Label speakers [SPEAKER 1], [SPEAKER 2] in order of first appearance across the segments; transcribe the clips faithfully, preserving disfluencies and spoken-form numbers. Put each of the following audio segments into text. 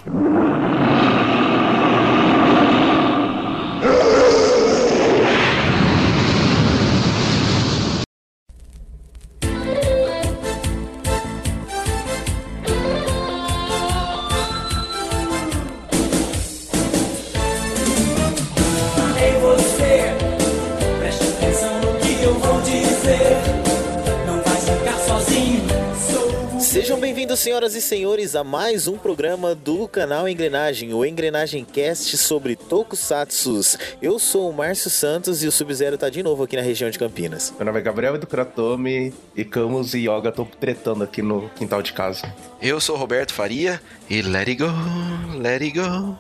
[SPEAKER 1] Sejam bem-vindos, senhoras e senhores, a mais um programa do canal Engrenagem, o Engrenagem Cast sobre Tokusatsus. Eu sou o Márcio Santos e o Sub-Zero tá de novo aqui na região de Campinas.
[SPEAKER 2] Meu nome é Gabriel do Kratomi e Camus e Yoga estão tretando aqui no quintal de casa.
[SPEAKER 3] Eu sou o Roberto Faria e let it go, let it go.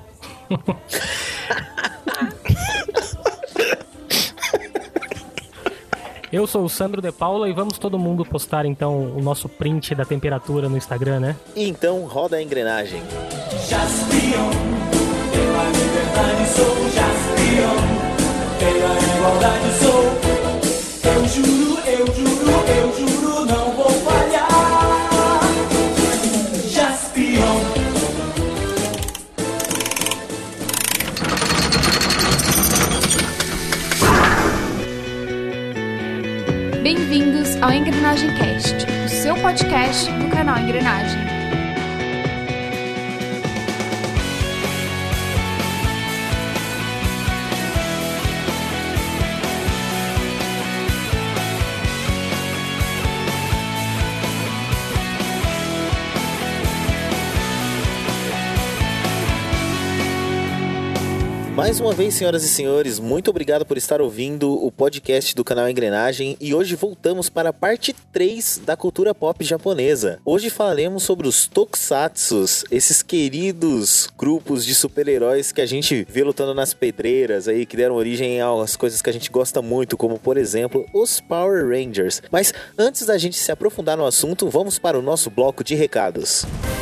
[SPEAKER 4] Eu sou o Sandro de Paula e vamos todo mundo postar então o nosso print da temperatura no Instagram, né?
[SPEAKER 1] Então roda a engrenagem.
[SPEAKER 5] Jaspion, pela liberdade sou Jaspion, pela igualdade sou. Eu juro, eu juro, eu juro, não vou falhar. Jaspion.
[SPEAKER 6] Bem-vindos ao Engrenagem Cast, o seu podcast do canal Engrenagem.
[SPEAKER 1] Mais uma vez, senhoras e senhores, muito obrigado por estar ouvindo o podcast do canal Engrenagem e hoje voltamos para a parte três da cultura pop japonesa. Hoje falaremos sobre os Tokusatsus, esses queridos grupos de super-heróis que a gente vê lutando nas pedreiras aí, que deram origem às coisas que a gente gosta muito, como por exemplo, os Power Rangers. Mas antes da gente se aprofundar no assunto, vamos para o nosso bloco de recados.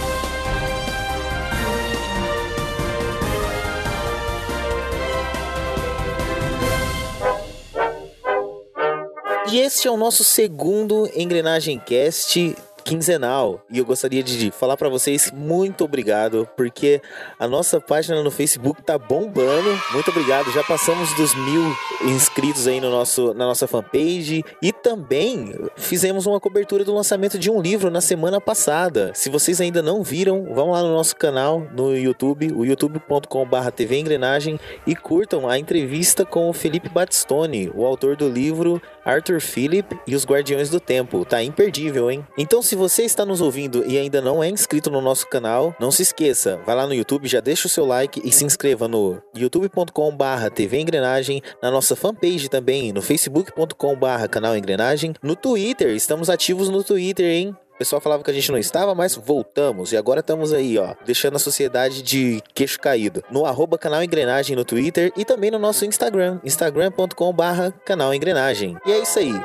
[SPEAKER 1] E este é o nosso segundo Engrenagem Cast quinzenal, e eu gostaria de falar pra vocês muito obrigado, porque a nossa página no Facebook tá bombando. Muito obrigado, já passamos dos mil inscritos aí no nosso, na nossa fanpage, e também fizemos uma cobertura do lançamento de um livro na semana passada. Se vocês ainda não viram, vão lá no nosso canal no YouTube, o youtube ponto com barra T V Engrenagem, e curtam a entrevista com o Felipe Battistoni, o autor do livro Arthur Phillip e os Guardiões do Tempo. Tá imperdível, hein? Então, se você está nos ouvindo e ainda não é inscrito no nosso canal, não se esqueça, vai lá no YouTube, já deixa o seu like e se inscreva no youtube ponto com barra T V Engrenagem, na nossa fanpage também, no facebook ponto com barra Canal Engrenagem, no Twitter, estamos ativos no Twitter, hein? O pessoal falava que a gente não estava, mas voltamos. E agora estamos aí, ó, deixando a sociedade de queixo caído. No arroba Canal Engrenagem no Twitter e também no nosso Instagram, instagram ponto com barra Canal Engrenagem. E é isso aí.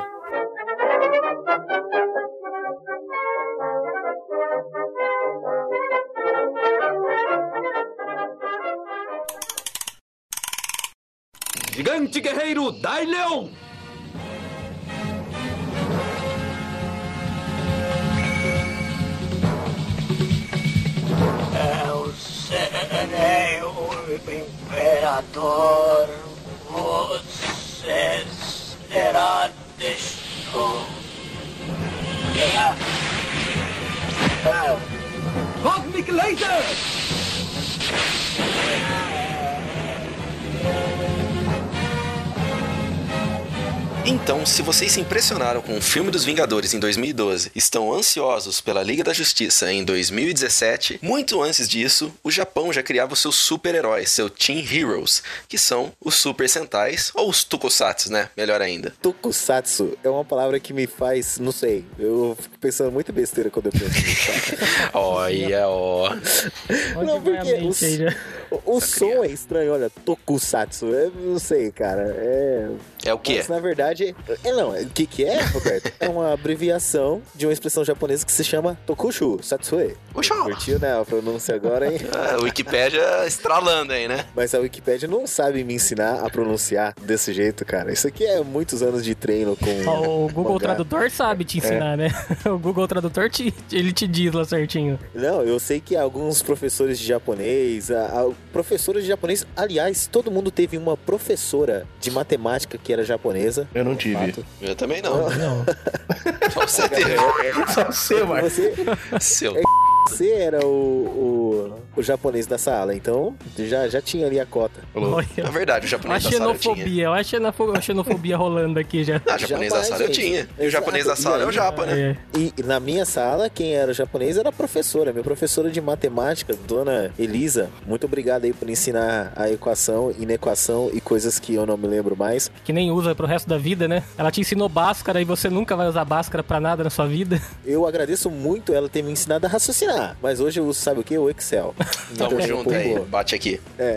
[SPEAKER 7] Gigante Guerreiro Dai Leão!
[SPEAKER 5] Eu serei o imperador, você será destruído.
[SPEAKER 7] Cosmic Laser!
[SPEAKER 3] Então, se vocês se impressionaram com o filme dos Vingadores em dois mil e doze, estão ansiosos pela Liga da Justiça em dois mil e dezessete, muito antes disso, o Japão já criava os seus super-heróis, seu Teen Heroes, que são os Super Sentais, ou os Tokusatsu, né? Melhor ainda.
[SPEAKER 1] Tokusatsu é uma palavra que me faz, não sei, eu fico pensando muito besteira quando eu penso nisso.
[SPEAKER 3] Olha, ó.
[SPEAKER 1] Não, porque o, o som é estranho, olha, Tokusatsu, eu não sei, cara, é...
[SPEAKER 3] É o quê?
[SPEAKER 1] Mas, na verdade, é, não, o que que é, Roberto? É uma abreviação de uma expressão japonesa que se chama Tokushu Satsue.
[SPEAKER 3] Oxó.
[SPEAKER 1] Curtiu, né? A pronúncia agora, hein?
[SPEAKER 3] É, a Wikipédia estralando aí, né?
[SPEAKER 1] Mas a Wikipédia não sabe me ensinar a pronunciar desse jeito, cara. Isso aqui é muitos anos de treino com...
[SPEAKER 4] O Google
[SPEAKER 1] mangá.
[SPEAKER 4] Tradutor sabe te ensinar, é. né? O Google Tradutor, te, ele te diz lá certinho.
[SPEAKER 1] Não, eu sei que alguns professores de japonês, a, a, professores de japonês, aliás, todo mundo teve uma professora de matemática que era japonesa.
[SPEAKER 2] Eu não tive.
[SPEAKER 1] Fato.
[SPEAKER 3] Eu também não.
[SPEAKER 4] Não.
[SPEAKER 3] Só você teve.
[SPEAKER 2] Só você, Marcos.
[SPEAKER 1] Você,
[SPEAKER 3] Seu.
[SPEAKER 1] você era o, o, o japonês da sala, então já, já tinha ali a cota.
[SPEAKER 4] Olha,
[SPEAKER 3] É verdade, o
[SPEAKER 4] a
[SPEAKER 3] japonês da sala eu tinha.
[SPEAKER 4] xenofobia, olha a xenofobia, a xenofobia rolando aqui já.
[SPEAKER 3] Ah, japonês
[SPEAKER 1] Jamais,
[SPEAKER 3] da sala eu
[SPEAKER 1] gente.
[SPEAKER 3] tinha. E o japonês da
[SPEAKER 1] Exato.
[SPEAKER 3] sala
[SPEAKER 1] E
[SPEAKER 3] é o
[SPEAKER 1] aí?
[SPEAKER 3] japa, né?
[SPEAKER 4] É.
[SPEAKER 1] E na minha sala, quem era japonês era a professora, minha professora de matemática, dona Elisa. Muito obrigado aí por ensinar a equação, inequação e coisas que eu não me lembro mais.
[SPEAKER 4] Que nem usa pro resto da vida, né? Ela te ensinou Bhaskara e você nunca vai usar Bhaskara pra nada na sua vida.
[SPEAKER 1] Eu agradeço muito ela ter me ensinado a raciocinar, mas hoje eu uso, sabe o que? O Excel.
[SPEAKER 3] Tamo
[SPEAKER 1] Então,
[SPEAKER 3] junto
[SPEAKER 1] pô,
[SPEAKER 3] aí. Bate aqui.
[SPEAKER 1] É.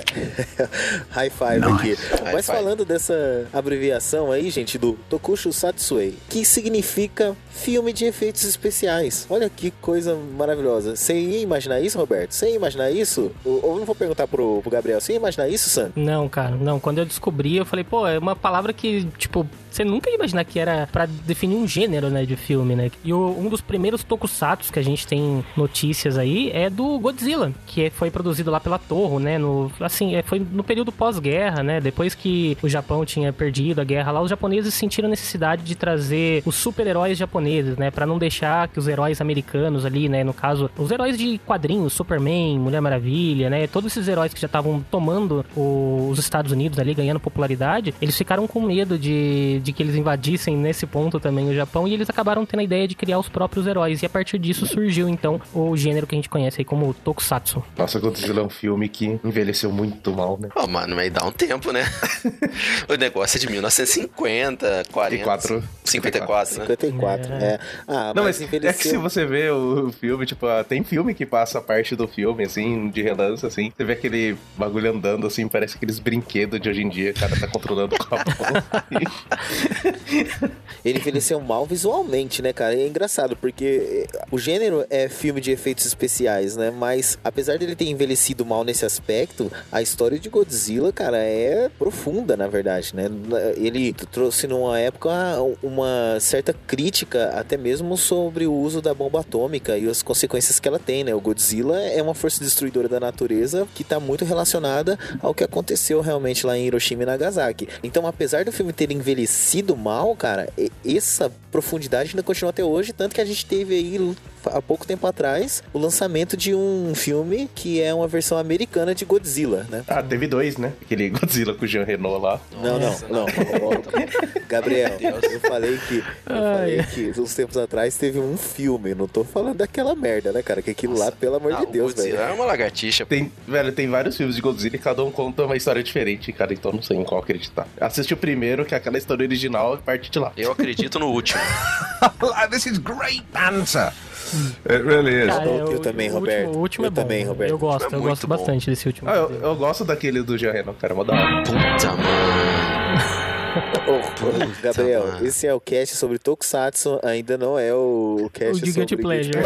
[SPEAKER 1] High five aqui.
[SPEAKER 3] High
[SPEAKER 1] Mas
[SPEAKER 3] five.
[SPEAKER 1] falando dessa abreviação aí, gente, do Tokushu Satsuei, que significa filme de efeitos especiais. Olha que coisa maravilhosa. Você ia imaginar isso, Roberto? Você ia imaginar isso? Ou, ou não vou perguntar pro, pro Gabriel. Você ia imaginar isso, Sam?
[SPEAKER 4] Não, cara, não. Quando eu descobri, eu falei, pô, é uma palavra que, tipo, você nunca ia imaginar que era pra definir um gênero, né, de filme, né? E o, um dos primeiros tokusatsu que a gente tem notícias aí é do Godzilla, que foi produzido lá pela Toho, né? No, assim, é, foi no período pós-guerra, né? Depois que o Japão tinha perdido a guerra lá, os japoneses sentiram a necessidade de trazer os super-heróis japoneses, né? Pra não deixar que os heróis americanos ali, né? No caso, os heróis de quadrinhos, Superman, Mulher Maravilha, né? Todos esses heróis que já estavam tomando o, os Estados Unidos ali, ganhando popularidade, eles ficaram com medo de, de que eles invadissem nesse ponto também o Japão e eles acabaram tendo a ideia de criar os próprios heróis. E a partir disso surgiu, então, o gênero que a gente conhece aí como Tokusatsu.
[SPEAKER 2] Nossa, Godzilla é um filme que envelheceu muito mal, né?
[SPEAKER 3] Ó, mano, mas dá um tempo, né? O negócio é de mil novecentos e cinquenta, quarenta.
[SPEAKER 2] quatro.
[SPEAKER 3] cinquenta e quatro, né?
[SPEAKER 1] cinquenta e quatro, é. Ah,
[SPEAKER 2] Não,
[SPEAKER 1] mas
[SPEAKER 2] mas
[SPEAKER 1] envelheceu.
[SPEAKER 2] é que se você vê o filme, tipo, ah, tem filme que passa a parte do filme, assim, de relance, assim, você vê aquele bagulho andando, assim, parece aqueles brinquedos de hoje em dia, o cara tá controlando com a mão.
[SPEAKER 1] Ele envelheceu mal visualmente, né, cara? É engraçado, porque o gênero é filme de efeitos especiais, né? Mas, apesar dele ter envelhecido mal nesse aspecto, a história de Godzilla, cara, é profunda, na verdade, né? Ele trouxe numa época uma certa crítica, até mesmo sobre o uso da bomba atômica e as consequências que ela tem, né? O Godzilla é uma força destruidora da natureza que tá muito relacionada ao que aconteceu realmente lá em Hiroshima e Nagasaki. Então, apesar do filme ter envelhecido mal, cara, essa profundidade ainda continua até hoje, tanto que a gente teve aí há pouco tempo atrás o lançamento de um filme que é uma versão americana de Godzilla, né?
[SPEAKER 2] Ah, teve dois, né? Aquele Godzilla com o Jean Reno lá.
[SPEAKER 1] Não, não,
[SPEAKER 3] Nossa,
[SPEAKER 1] não. Gabriel, eu falei que eu falei que uns tempos atrás teve um filme, não tô falando daquela merda, né, cara? Que aquilo lá, pelo amor
[SPEAKER 3] Ah,
[SPEAKER 1] de
[SPEAKER 3] o
[SPEAKER 1] Deus,
[SPEAKER 3] Godzilla
[SPEAKER 1] velho.
[SPEAKER 3] é uma lagartixa.
[SPEAKER 2] Tem, velho, tem vários filmes de Godzilla e cada um conta uma história diferente, cara, então não sei em qual acreditar. Assisti o primeiro, que é aquela história original, e parte de lá.
[SPEAKER 3] Eu acredito no último.
[SPEAKER 7] This is great answer. It really is.
[SPEAKER 4] Cara,
[SPEAKER 1] eu
[SPEAKER 4] é, o-
[SPEAKER 1] também,
[SPEAKER 4] o
[SPEAKER 1] Roberto.
[SPEAKER 4] Último, o último
[SPEAKER 1] Eu
[SPEAKER 4] é bom.
[SPEAKER 1] também, Roberto.
[SPEAKER 4] Eu gosto,
[SPEAKER 3] É
[SPEAKER 4] eu
[SPEAKER 3] muito
[SPEAKER 4] gosto
[SPEAKER 3] bom.
[SPEAKER 4] bastante desse último.
[SPEAKER 2] Ah, eu, eu gosto daquele do Jean Reno, cara, é mó da hora.
[SPEAKER 3] Puta, mano.
[SPEAKER 1] Ô, ô, Gabriel,
[SPEAKER 3] mano.
[SPEAKER 1] esse é o cast sobre Tokusatsu, ainda não é o cast
[SPEAKER 4] O de Guilty
[SPEAKER 1] sobre...
[SPEAKER 4] Pleasure.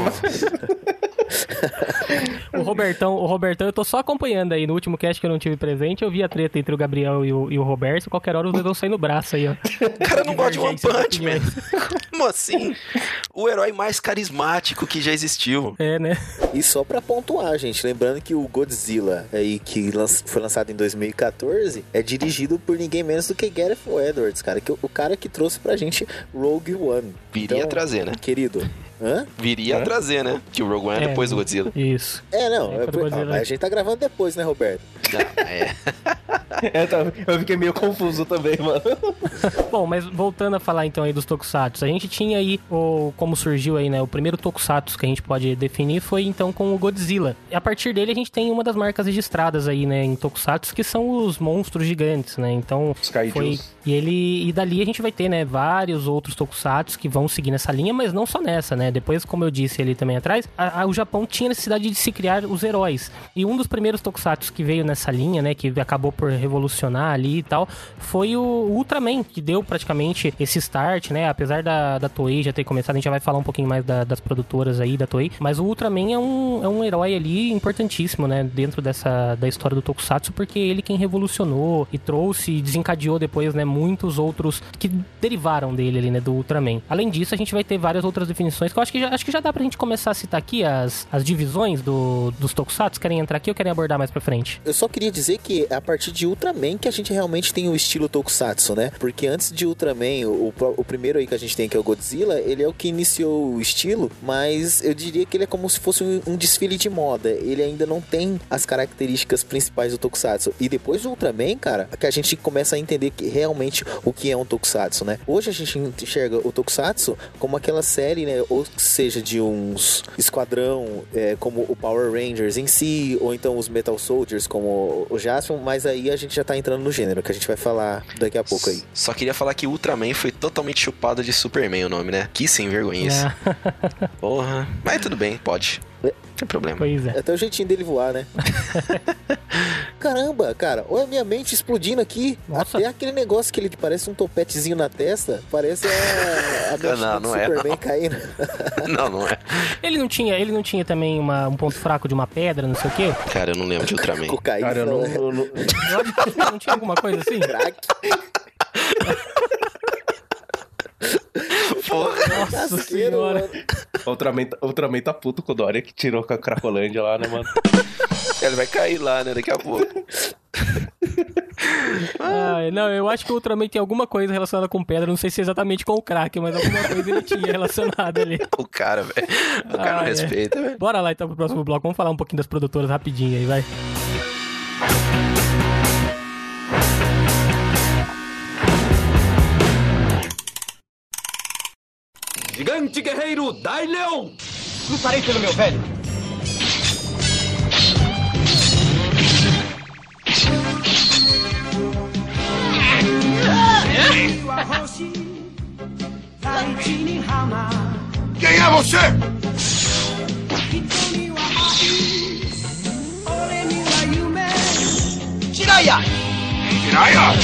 [SPEAKER 4] O Robertão, o Robertão, eu tô só acompanhando aí. No último cast que eu não tive presente, eu vi a treta entre o Gabriel e o, e o Roberto. Qualquer hora os dois vão sair no braço aí, ó.
[SPEAKER 3] O cara não gosta de One
[SPEAKER 4] Divergência
[SPEAKER 3] Punch Man. Como assim? O herói mais carismático que já existiu.
[SPEAKER 4] É, né?
[SPEAKER 1] E só pra pontuar, gente, lembrando que o Godzilla, aí, que lanç- foi lançado em dois mil e quatorze, é dirigido por ninguém menos do que Gareth Edwards, cara, que o, o cara que trouxe pra gente Rogue One.
[SPEAKER 3] Viria
[SPEAKER 1] Então,
[SPEAKER 3] a trazer, né?
[SPEAKER 1] Querido, hã?
[SPEAKER 3] Viria a trazer, né? Que o Rogue One é,
[SPEAKER 4] É.
[SPEAKER 3] depois do Godzilla.
[SPEAKER 4] Isso.
[SPEAKER 1] É, não,
[SPEAKER 4] É,
[SPEAKER 1] é,
[SPEAKER 4] quando o
[SPEAKER 1] ah,
[SPEAKER 4] Godzilla-
[SPEAKER 1] mas a gente tá gravando depois, né, Roberto?
[SPEAKER 3] Não, é.
[SPEAKER 2] É, tá, eu fiquei meio confuso também, mano.
[SPEAKER 4] Bom, mas voltando a falar então aí dos tokusatsu, a gente tinha aí, o, como surgiu aí, né, o primeiro tokusatsu que a gente pode definir foi então com o Godzilla. E a partir dele a gente tem uma das marcas registradas aí, né, em tokusatsu, que são os monstros gigantes, né, então
[SPEAKER 2] Os kaijus.
[SPEAKER 4] foi... E ele e dali a gente vai ter, né, vários outros tokusatsu que vão seguir nessa linha, mas não só nessa, né, depois, como eu disse ali também atrás, a, a, o Japão tinha necessidade de se criar os heróis. E um dos primeiros tokusatsu que veio nessa linha, né, que acabou por revolucionar ali e tal, foi o Ultraman, que deu praticamente esse start, né? Apesar da, da Toei já ter começado, a gente já vai falar um pouquinho mais da, das produtoras aí da Toei, mas o Ultraman é um, é um herói ali importantíssimo, né? Dentro dessa, da história do Tokusatsu, porque ele quem revolucionou e trouxe e desencadeou depois, né? Muitos outros que derivaram dele ali, né? Do Ultraman. Além disso, a gente vai ter várias outras definições que eu acho que já, acho que já dá pra gente começar a citar aqui as, as divisões do, dos Tokusatsu. Querem entrar aqui ou querem abordar mais pra frente?
[SPEAKER 1] Eu só queria dizer que é a partir de Ultraman que a gente realmente tem o estilo Tokusatsu, né? Porque antes de Ultraman, o, o primeiro aí que a gente tem, que é o Godzilla, ele é o que iniciou o estilo, mas eu diria que ele é como se fosse um, um desfile de moda. Ele ainda não tem as características principais do Tokusatsu. E depois do Ultraman, cara, que a gente começa a entender que realmente o que é um Tokusatsu, né? Hoje a gente enxerga o Tokusatsu como aquela série, né? Ou seja, de uns esquadrão, é, como o Power Rangers em si, ou então os Metal Soldiers, como o Jaspion, mas aí a gente já tá entrando no gênero, que a gente vai falar daqui a pouco aí.
[SPEAKER 3] Só queria falar que Ultraman foi totalmente chupado de Superman o nome, né? Que sem vergonha isso.
[SPEAKER 4] É.
[SPEAKER 3] Porra. Mas tudo bem, pode. Não tem problema.
[SPEAKER 4] Pois é.
[SPEAKER 1] É até o jeitinho dele voar, né? Caramba, cara, olha a minha mente explodindo aqui.
[SPEAKER 4] Nossa.
[SPEAKER 1] Até aquele negócio que ele parece um topetezinho na testa, parece a, a mente
[SPEAKER 3] Não,
[SPEAKER 1] do
[SPEAKER 3] não é,
[SPEAKER 1] Superman
[SPEAKER 3] não.
[SPEAKER 1] caindo.
[SPEAKER 3] Não, não é.
[SPEAKER 4] Ele não tinha, ele não tinha também uma, um ponto fraco de uma pedra, não sei o quê?
[SPEAKER 3] Cara, eu não lembro de Ultraman.
[SPEAKER 1] Cocaína,
[SPEAKER 2] Cara, eu não...
[SPEAKER 1] né?
[SPEAKER 2] eu não-
[SPEAKER 4] Eu acho que não tinha alguma coisa assim?
[SPEAKER 1] Crack.
[SPEAKER 3] Porra.
[SPEAKER 4] Nossa
[SPEAKER 1] Casqueiro,
[SPEAKER 4] senhora.
[SPEAKER 1] mano.
[SPEAKER 2] Ultraman, tá- Ultraman tá puto com o Dória que tirou com a Cracolândia lá, né, mano?
[SPEAKER 3] Ele vai cair lá, né? Daqui a pouco.
[SPEAKER 4] Ai, não, eu acho que o Ultraman tem alguma coisa relacionada com pedra, não sei se é exatamente com o crack, mas alguma coisa ele tinha relacionada ali.
[SPEAKER 3] O cara, velho. O cara
[SPEAKER 4] Ah,
[SPEAKER 3] não
[SPEAKER 4] é.
[SPEAKER 3] respeita, velho.
[SPEAKER 4] Bora lá então pro próximo bloco, vamos falar um pouquinho das produtoras rapidinho aí, vai.
[SPEAKER 5] Gigante guerreiro Dai Leão! Lutarei pelo meu velho!
[SPEAKER 7] Quem é você?
[SPEAKER 5] Jiraiya!
[SPEAKER 7] Jiraiya!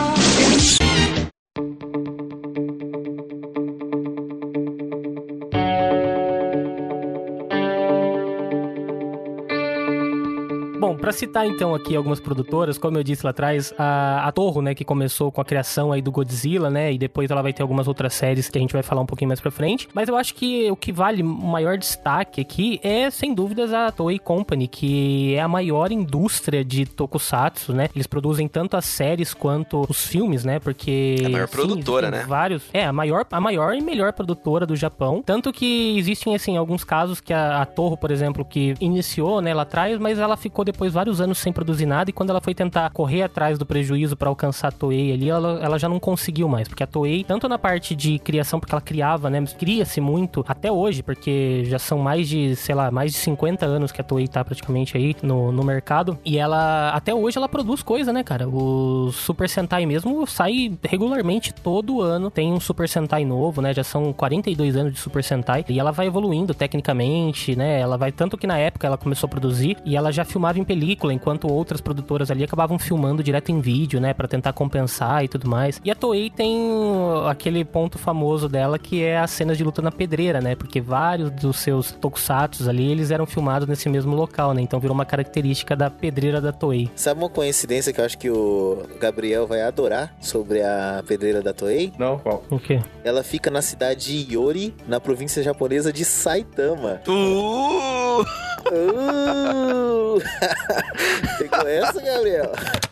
[SPEAKER 4] Bom, pra citar então aqui algumas produtoras, como eu disse lá atrás, a, a Toho, né, que começou com a criação aí do Godzilla, né, e depois ela vai ter algumas outras séries que a gente vai falar um pouquinho mais pra frente, mas eu acho que o que vale o maior destaque aqui é, sem dúvidas, a Toei Company, que é a maior indústria de tokusatsu, né, eles produzem tanto as séries quanto os filmes, né, porque...
[SPEAKER 3] É a maior
[SPEAKER 4] sim,
[SPEAKER 3] produtora,
[SPEAKER 4] existem
[SPEAKER 3] né?
[SPEAKER 4] Vários, é, a maior, a maior e melhor produtora do Japão, tanto que existem, assim, alguns casos que a, a Toho, por exemplo, que iniciou, né, lá atrás, mas ela ficou depois vários anos sem produzir nada, e quando ela foi tentar correr atrás do prejuízo pra alcançar a Toei ali, ela, ela já não conseguiu mais, porque a Toei, tanto na parte de criação, porque ela criava, né, cria-se muito, até hoje, porque já são mais de, sei lá, mais de cinquenta anos que a Toei tá praticamente aí no, no mercado, e ela, até hoje, ela produz coisa, né, cara? O Super Sentai mesmo sai regularmente, todo ano tem um Super Sentai novo, né, já são quarenta e dois anos de Super Sentai, e ela vai evoluindo tecnicamente, né, ela vai, tanto que na época ela começou a produzir, e ela já filmava em película, enquanto outras produtoras ali acabavam filmando direto em vídeo, né, pra tentar compensar e tudo mais. E a Toei tem aquele ponto famoso dela, que é as cenas de luta na pedreira, né, porque vários dos seus tokusatsus ali, eles eram filmados nesse mesmo local, né, então virou uma característica da pedreira da Toei.
[SPEAKER 1] Sabe uma coincidência que eu acho que o Gabriel vai adorar sobre a pedreira da Toei?
[SPEAKER 2] Não, qual?
[SPEAKER 4] O quê?
[SPEAKER 1] Ela fica na cidade de Iori, na província japonesa de Saitama.
[SPEAKER 3] Uh!
[SPEAKER 1] Uh! Pegou essa, Gabriel?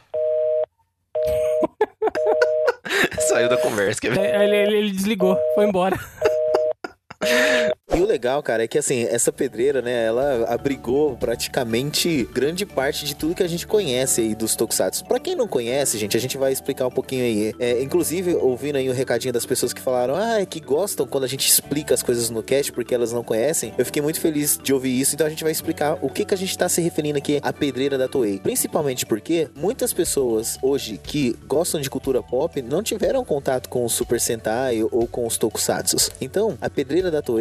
[SPEAKER 3] Saiu da conversa, quer ver?
[SPEAKER 4] É, Ele, ele, ele desligou, foi embora.
[SPEAKER 1] E o legal, cara, é que assim, essa pedreira, né, ela abrigou praticamente grande parte de tudo que a gente conhece aí dos tokusatsu. Pra quem não conhece, gente, a gente vai explicar um pouquinho aí. É, inclusive, ouvindo aí o recadinho das pessoas que falaram, ah, é que gostam quando a gente explica as coisas no cast porque elas não conhecem. Eu fiquei muito feliz de ouvir isso, então a gente vai explicar o que que a gente tá se referindo aqui à pedreira da Toei. Principalmente porque muitas pessoas hoje que gostam de cultura pop não tiveram contato com o Super Sentai ou com os tokusatsus. Então, a pedreira da Toei era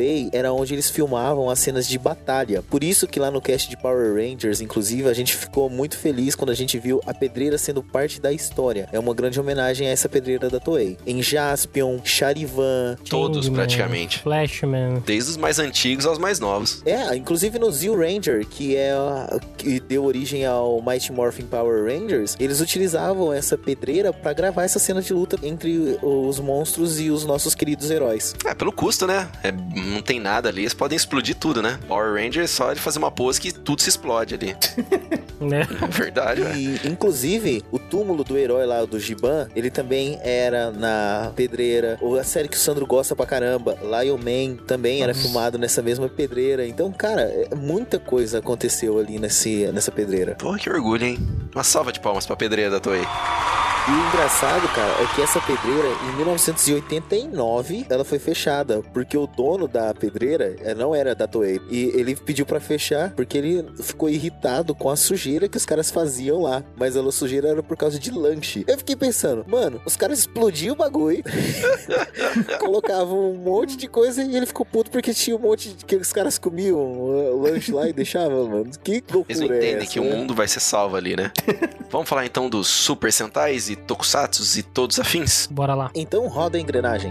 [SPEAKER 1] era onde eles filmavam as cenas de batalha. Por isso que lá no cast de Power Rangers, inclusive, a gente ficou muito feliz quando a gente viu a pedreira sendo parte da história. É uma grande homenagem a essa pedreira da Toei. Em Jaspion, Charivan...
[SPEAKER 3] Todos,
[SPEAKER 4] Changeman,
[SPEAKER 3] praticamente.
[SPEAKER 4] Flashman.
[SPEAKER 3] Desde os mais antigos aos mais novos.
[SPEAKER 1] É, inclusive no Zeo Ranger, que é a, que deu origem ao Mighty Morphin Power Rangers, eles utilizavam essa pedreira pra gravar essa cena de luta entre os monstros e os nossos queridos heróis.
[SPEAKER 3] É, pelo custo, né? É, não tem nada ali, eles podem explodir tudo, né? Power Rangers, só ele fazer uma pose que tudo se explode ali.
[SPEAKER 4] Né?
[SPEAKER 3] É verdade, velho.
[SPEAKER 1] E, inclusive, o túmulo do herói lá, do Giban, ele também era na pedreira. Ou a série que o Sandro gosta pra caramba, Lion Man, também era filmado nessa mesma pedreira. Então, cara, muita coisa aconteceu ali nesse, nessa pedreira.
[SPEAKER 3] Pô, que orgulho, hein? Uma salva de palmas pra pedreira da Toei.
[SPEAKER 1] E o engraçado, cara, é que essa pedreira, em mil novecentos e oitenta e nove, ela foi fechada, porque o dono da pedreira não era da Toei. E ele pediu pra fechar, porque ele ficou irritado com a sujeira que os caras faziam lá. Mas a sujeira era por causa de lanche. Eu fiquei pensando, mano, os caras explodiam o bagulho, colocavam um monte de coisa e ele ficou puto porque tinha um monte de que os caras comiam o lanche lá e deixavam, mano. Que loucura.
[SPEAKER 3] Eles não entendem
[SPEAKER 1] é essa,
[SPEAKER 3] que
[SPEAKER 1] né?
[SPEAKER 3] o mundo vai ser salvo ali, né? Vamos falar então dos Super Sentais e Tokusatsus e todos afins?
[SPEAKER 4] Bora lá.
[SPEAKER 1] Então roda a engrenagem.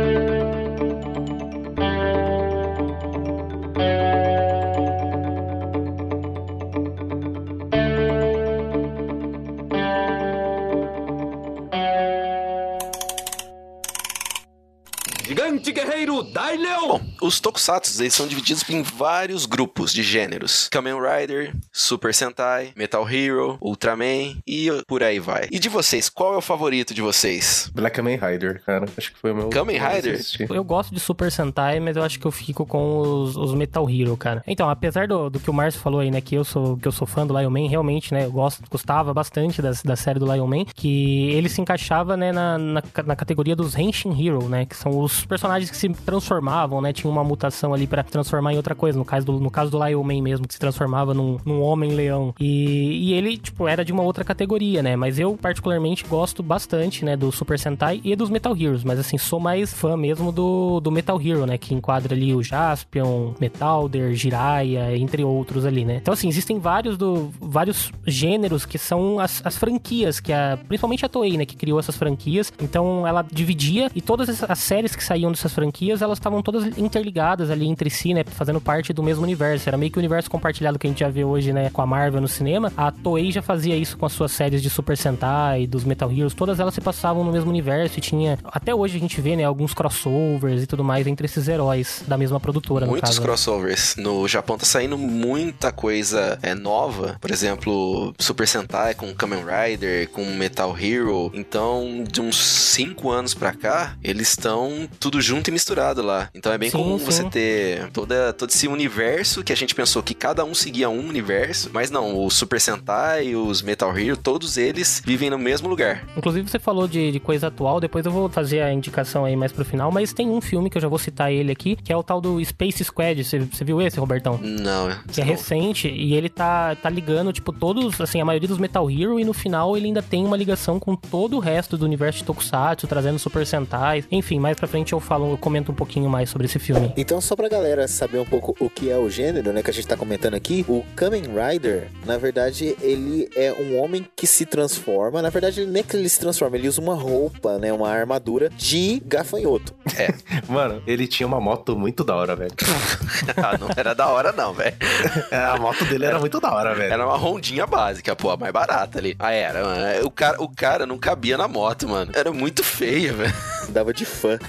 [SPEAKER 5] Gigante guerreiro Daileo!
[SPEAKER 3] Bom, os Tokusatsus, eles são divididos em vários grupos de gêneros. Kamen Rider, Super Sentai, Metal Hero, Ultraman e por aí vai. E de vocês, qual é o favorito de vocês?
[SPEAKER 2] Black Kamen Rider, cara. Acho que foi o meu...
[SPEAKER 3] Kamen Rider?
[SPEAKER 4] Eu gosto de Super Sentai, mas eu acho que eu fico com os, os Metal Hero, cara. Então, apesar do, do que o Márcio falou aí, né, que eu sou, que eu sou fã do Lion Man, realmente, né, eu gosto, gostava bastante das, da série do Lion Man, que ele se encaixava, né, na, na, na categoria dos Henshin Hero, né, que são os personagens que se transformavam, né, tinha uma mutação ali pra transformar em outra coisa, no caso do, no caso do Lion Man mesmo, que se transformava num, num homem-leão. E, e ele, tipo, era de uma outra categoria, né, mas eu particularmente gosto bastante, né, do Super Sentai e dos Metal Heroes, mas assim, sou mais fã mesmo do, do Metal Hero, né, que enquadra ali o Jaspion, Metalder, Jiraiya, entre outros ali, né. Então, assim, existem vários, do, vários gêneros que são as, as franquias, que a, principalmente a Toei, né, que criou essas franquias, então ela dividia e todas as séries que saíam dessas franquias, elas estavam todas interligadas ali entre si, né, fazendo parte do mesmo universo, era meio que o universo compartilhado que a gente já vê hoje, né, com a Marvel no cinema. A Toei já fazia isso com as suas séries de Super Sentai, dos Metal Heroes, todas elas se passavam no mesmo universo e tinha, até hoje a gente vê, né, alguns crossovers e tudo mais entre esses heróis da mesma produtora, no
[SPEAKER 3] Muitos
[SPEAKER 4] caso,
[SPEAKER 3] crossovers. Né? No Japão tá saindo muita coisa é, nova, por exemplo, Super Sentai com Kamen Rider, com Metal Hero, então de uns cinco anos pra cá, eles estão tudo junto e misturado lá. Então é bem
[SPEAKER 4] sim,
[SPEAKER 3] comum
[SPEAKER 4] sim.
[SPEAKER 3] você ter toda, todo esse universo que a gente pensou que cada um seguia um universo, mas não, o Super Sentai, os Metal Hero, todos eles vivem no mesmo lugar.
[SPEAKER 4] Inclusive você falou de, de coisa atual, depois eu vou fazer a indicação aí mais pro final, mas tem um filme que eu já vou citar ele aqui, que é o tal do Space Squad. Você, você viu esse, Robertão?
[SPEAKER 3] Não,
[SPEAKER 4] Que é
[SPEAKER 3] não.
[SPEAKER 4] recente, e ele tá, tá ligando, tipo, todos, assim, a maioria dos Metal Hero, e no final ele ainda tem uma ligação com todo o resto do universo de Tokusatsu, trazendo Super Sentai. Enfim, mais pra frente eu falo, eu comento um pouquinho mais sobre esse filme.
[SPEAKER 1] Então, só pra galera saber um pouco o que é o gênero, né, que a gente tá comentando aqui, o Kamen Rider, na verdade, ele é um homem que se transforma, na verdade, ele nem é que ele se transforma, ele usa uma roupa, né, uma armadura de gafanhoto.
[SPEAKER 3] É.
[SPEAKER 2] Mano, ele tinha uma moto muito da hora, velho.
[SPEAKER 3] Ah, não era da hora não, velho.
[SPEAKER 2] A moto dele era muito da hora, velho.
[SPEAKER 3] Era uma rondinha básica, pô, a mais barata ali. Ah, era, mano. O cara, o cara não cabia na moto, mano. Era muito feia, velho.
[SPEAKER 1] Dava de fã.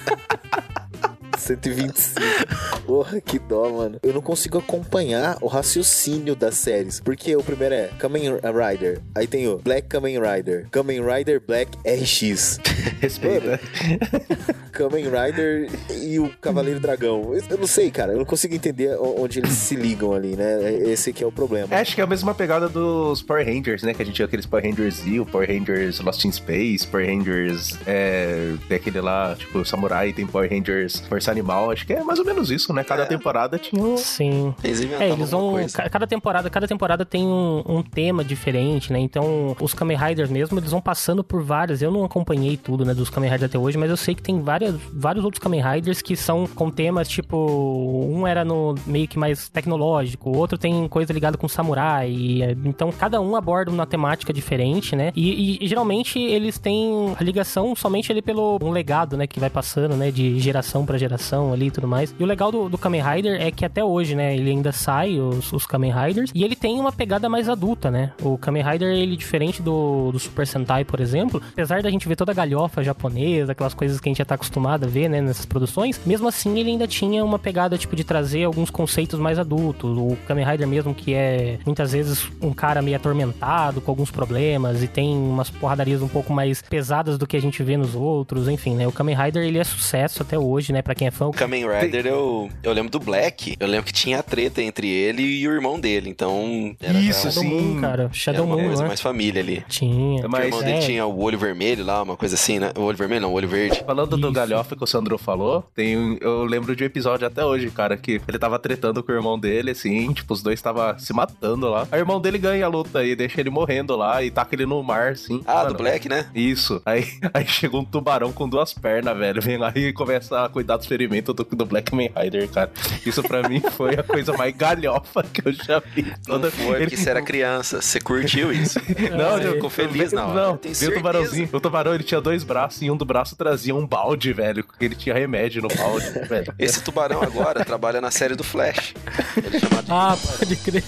[SPEAKER 1] cento e vinte e cinco. Porra, que dó, mano. Eu não consigo acompanhar o raciocínio das séries. Porque o primeiro é Kamen Rider. Aí tem o Black Kamen Rider. Kamen Rider Black R X.
[SPEAKER 2] Respeita.
[SPEAKER 1] Kamen Rider e o Cavaleiro Dragão. Eu não sei, cara. Eu não consigo entender onde eles se ligam ali, né? Esse aqui é o problema.
[SPEAKER 2] É, acho que é a mesma pegada dos Power Rangers, né? Que a gente tinha aqueles Power Rangers Z, o Power Rangers Lost in Space, Power Rangers... É, tem aquele lá, tipo, Samurai, tem Power Rangers Força Animal. Acho que é mais ou menos isso, né? Cada
[SPEAKER 3] É.
[SPEAKER 2] temporada tinha um...
[SPEAKER 4] Sim.
[SPEAKER 3] Eles
[SPEAKER 4] É,
[SPEAKER 3] inventavam
[SPEAKER 4] eles
[SPEAKER 3] alguma
[SPEAKER 4] vão...
[SPEAKER 3] coisa.
[SPEAKER 4] ca- Cada temporada, cada temporada tem um, um tema diferente, né? Então, os Kamen Riders mesmo, eles vão passando por várias. Eu não acompanhei tudo, né, dos Kamen Riders até hoje, mas eu sei que tem várias, vários outros Kamen Riders que são com temas, tipo, um era no meio que mais tecnológico, o outro tem coisa ligada com samurai, e, então cada um aborda uma temática diferente, né, e, e, e geralmente eles têm a ligação somente ali pelo um legado, né, que vai passando, né, de geração pra geração ali e tudo mais. E o legal do, do Kamen Rider é que até hoje, né, ele ainda sai, os, os Kamen Riders, e ele tem uma pegada mais adulta, né, o Kamen Rider, ele diferente do, do Super Sentai, por exemplo, apesar da gente ver toda a galhofa japonesa, aquelas coisas que a gente já tá acostumado a ver, né, nessas produções, mesmo assim ele ainda tinha uma pegada, tipo, de trazer alguns conceitos mais adultos. O Kamen Rider mesmo, que é muitas vezes um cara meio atormentado, com alguns problemas, e tem umas porradarias um pouco mais pesadas do que a gente vê nos outros, enfim, né, o Kamen Rider, ele é sucesso até hoje, né, pra quem é fã.
[SPEAKER 3] O Kamen Rider, eu, eu lembro do Black, eu lembro que tinha a treta entre ele e o irmão dele, então... Era
[SPEAKER 2] Isso,
[SPEAKER 3] Shadow
[SPEAKER 2] sim.
[SPEAKER 4] Moon, cara. Shadow
[SPEAKER 3] Era uma
[SPEAKER 4] Moon,
[SPEAKER 3] coisa
[SPEAKER 4] né?
[SPEAKER 3] mais família ali.
[SPEAKER 4] Tinha.
[SPEAKER 3] O
[SPEAKER 2] Mas,
[SPEAKER 3] irmão dele
[SPEAKER 4] é.
[SPEAKER 3] tinha o olho vermelho lá, uma coisa assim, né? O olho vermelho não, o olho verde.
[SPEAKER 2] Falando do
[SPEAKER 4] Isso.
[SPEAKER 2] galhofa que o Sandro falou, tem, um- eu lembro de um episódio até hoje, cara, que ele tava tretando com o irmão dele, assim, tipo, os dois tava se matando lá. Aí o irmão dele ganha a luta e deixa ele morrendo lá e taca ele no mar, assim.
[SPEAKER 3] Ah,
[SPEAKER 2] Mano,
[SPEAKER 3] do Black, né?
[SPEAKER 2] Isso. Aí, aí chega um tubarão com duas pernas, velho. Vem lá e começa a cuidar dos ferimentos do, do Black Man Rider, cara. Isso pra mim foi a coisa mais galhofa que eu já vi.
[SPEAKER 3] Não
[SPEAKER 2] Toda-
[SPEAKER 3] foi, porque você era criança. Você curtiu isso.
[SPEAKER 2] Não,
[SPEAKER 3] Você
[SPEAKER 2] eu
[SPEAKER 3] ficou feliz na hora.
[SPEAKER 2] Não,
[SPEAKER 3] Eu tenho
[SPEAKER 2] viu o
[SPEAKER 3] certeza.
[SPEAKER 2] tubarãozinho. O tubarão, ele tinha dois braços e um do braço trazia um balde, velho. Ele tinha remédio no balde, velho.
[SPEAKER 3] Esse tubarão agora trabalha na série do Flash. Ele é chamado de...
[SPEAKER 4] Ah, pode crer.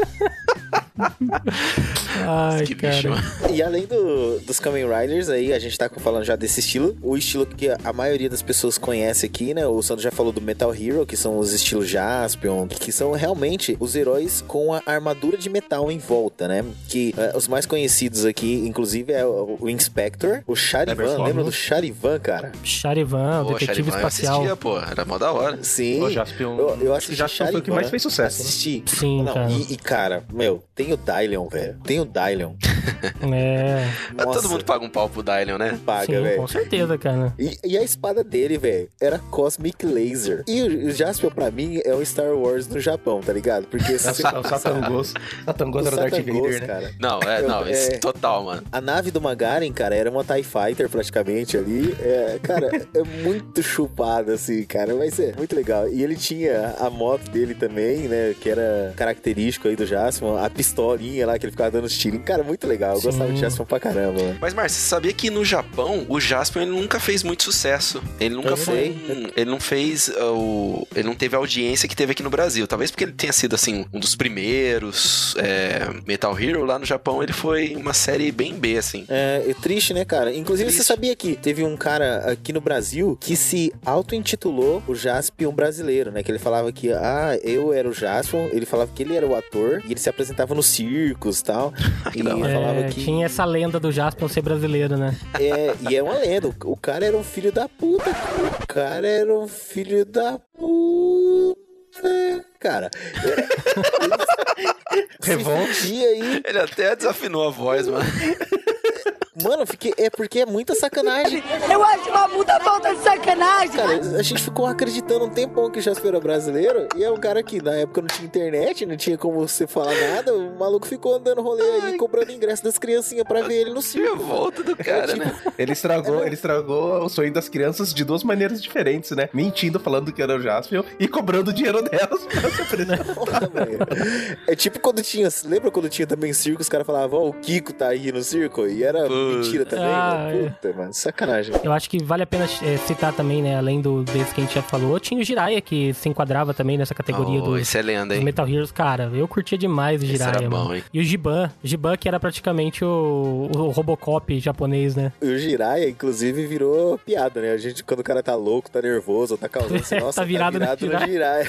[SPEAKER 4] Ai,
[SPEAKER 3] que
[SPEAKER 4] cara.
[SPEAKER 3] bicho.
[SPEAKER 1] E além do, dos Kamen Riders aí, a gente tá falando já desse estilo. O estilo que a maioria das pessoas conhece aqui, né? O Sandro já falou do Metal Hero, que são os estilos Jaspion, que são realmente os heróis com a armadura de metal em volta, né? Que eh, os mais conhecidos aqui, inclusive, é o, o Inspector, o Charivan.
[SPEAKER 2] Cyberform.
[SPEAKER 1] Lembra do Charivan, cara?
[SPEAKER 4] Charivan, o
[SPEAKER 3] Pô,
[SPEAKER 4] detetive
[SPEAKER 3] Charivan eu
[SPEAKER 4] espacial.
[SPEAKER 3] assistia, pô. Era mó da hora.
[SPEAKER 1] Sim.
[SPEAKER 2] O Jaspion.
[SPEAKER 1] Eu, eu assisti
[SPEAKER 2] Jaspion foi o que
[SPEAKER 1] Charivan,
[SPEAKER 2] mais fez sucesso, né?
[SPEAKER 1] Assisti.
[SPEAKER 4] Sim,
[SPEAKER 1] Não,
[SPEAKER 4] cara.
[SPEAKER 1] E, e, cara, meu, tem o Dylion, velho. Tem o Dylion.
[SPEAKER 4] É,
[SPEAKER 3] Mas todo mundo paga um pau pro Dylion, né?
[SPEAKER 1] paga,
[SPEAKER 4] sim,
[SPEAKER 1] velho.
[SPEAKER 4] com certeza, cara.
[SPEAKER 1] E, e a espada dele, velho, era Cosmic Laser. E o, o Jaspion, pra mim, é o Star Wars no Japão, tá ligado? Porque
[SPEAKER 2] É o
[SPEAKER 1] se
[SPEAKER 2] Sa- o Satangos. Satangos
[SPEAKER 1] o
[SPEAKER 2] era o Darth
[SPEAKER 1] Satangos,
[SPEAKER 2] Vader, né?
[SPEAKER 1] cara.
[SPEAKER 3] Não, é, não,
[SPEAKER 1] Eu-
[SPEAKER 3] isso
[SPEAKER 1] é.
[SPEAKER 3] total, mano.
[SPEAKER 1] A nave do Magaren, cara, era uma TIE Fighter praticamente ali. É, cara, é muito chupado, assim, cara. Mas é muito legal. E ele tinha a moto dele também, né? Que era característico aí do Jaspion. A pistolinha lá que ele ficava dando os tiros. Cara, muito legal. Eu
[SPEAKER 4] Sim.
[SPEAKER 1] gostava de Jaspion pra caramba, mano.
[SPEAKER 3] Mas, Márcio, você sabia que no Japão o Jaspion ele nunca fez muito sucesso? Ele nunca
[SPEAKER 1] Eu
[SPEAKER 3] foi.
[SPEAKER 1] sei.
[SPEAKER 3] um- Ele não fez uh, o. Ele não teve a audiência que teve aqui no Brasil. Talvez porque ele tenha sido, assim, um dos primeiros. É, Metal Hero lá no Japão ele foi uma série bem B, assim.
[SPEAKER 1] É, é triste, né, cara? Inclusive,
[SPEAKER 3] Triste.
[SPEAKER 1] você sabia que teve um cara aqui no Brasil que se auto-intitulou o Jaspion brasileiro, né? Que ele falava que, ah, eu era o Jaspion, ele falava que ele era o ator, e ele se apresentava nos circos e tal. E
[SPEAKER 3] da hora.
[SPEAKER 1] falava
[SPEAKER 4] É,
[SPEAKER 1] que...
[SPEAKER 4] tinha essa lenda do Jaspion ser brasileiro, né?
[SPEAKER 1] É, e é uma lenda. O o cara era um filho da puta. O cara era um filho da puta. Cara,
[SPEAKER 2] Revolta.
[SPEAKER 1] se aí,
[SPEAKER 3] Ele até desafinou a voz, mano.
[SPEAKER 1] mano, eu fiquei, é porque é muita sacanagem.
[SPEAKER 8] Eu acho uma puta falta de sacanagem.
[SPEAKER 1] Cara, a gente ficou acreditando um tempão que o Jaspion era brasileiro. E é um cara que na época não tinha internet, não tinha como você falar nada. O maluco ficou andando rolê aí, cobrando ingresso das criancinhas pra ver ele no circo.
[SPEAKER 3] Volta do cara, né?
[SPEAKER 2] Ele estragou, ele estragou o sonho das crianças de duas maneiras diferentes, né? Mentindo, falando que era o Jaspion e cobrando dinheiro delas pra se apresentar.
[SPEAKER 1] Porra, velho. É tipo quando tinha. Lembra quando tinha também circo? Os caras falavam, ó, o Kiko tá aí no circo? E era mentira também,
[SPEAKER 4] Ah,
[SPEAKER 1] mano. Puta, mano, sacanagem.
[SPEAKER 4] Eu acho que vale a pena é, citar também, né? Além do desse que a gente já falou, tinha o Jiraiya, que se enquadrava também nessa categoria
[SPEAKER 3] Oh,
[SPEAKER 4] dos,
[SPEAKER 3] esse é lenda,
[SPEAKER 4] dos
[SPEAKER 3] hein?
[SPEAKER 4] Metal Heroes. Cara, eu curtia demais o
[SPEAKER 3] Esse
[SPEAKER 4] Jiraiya,
[SPEAKER 3] era bom,
[SPEAKER 4] mano.
[SPEAKER 3] hein?
[SPEAKER 4] E o Giban. Giban, que era praticamente o, o Robocop japonês, né?
[SPEAKER 1] E o Jiraiya, inclusive, virou piada, né? A gente, quando o cara tá louco, tá nervoso, ou tá causando assim, nossa,
[SPEAKER 4] Tá virado no
[SPEAKER 1] no Jiraiya.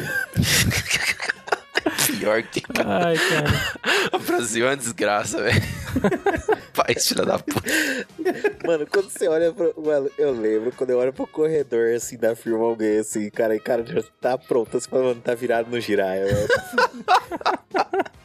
[SPEAKER 3] Pior que
[SPEAKER 4] Ai, cara.
[SPEAKER 3] o Brasil é uma desgraça, velho. País filha da puta.
[SPEAKER 1] Mano, quando você olha pro... Mano, eu lembro, quando eu olho pro corredor, assim, da firma, alguém, assim, cara, e cara já tá pronto, você fala, mano, tá virado no Jiraiya, velho.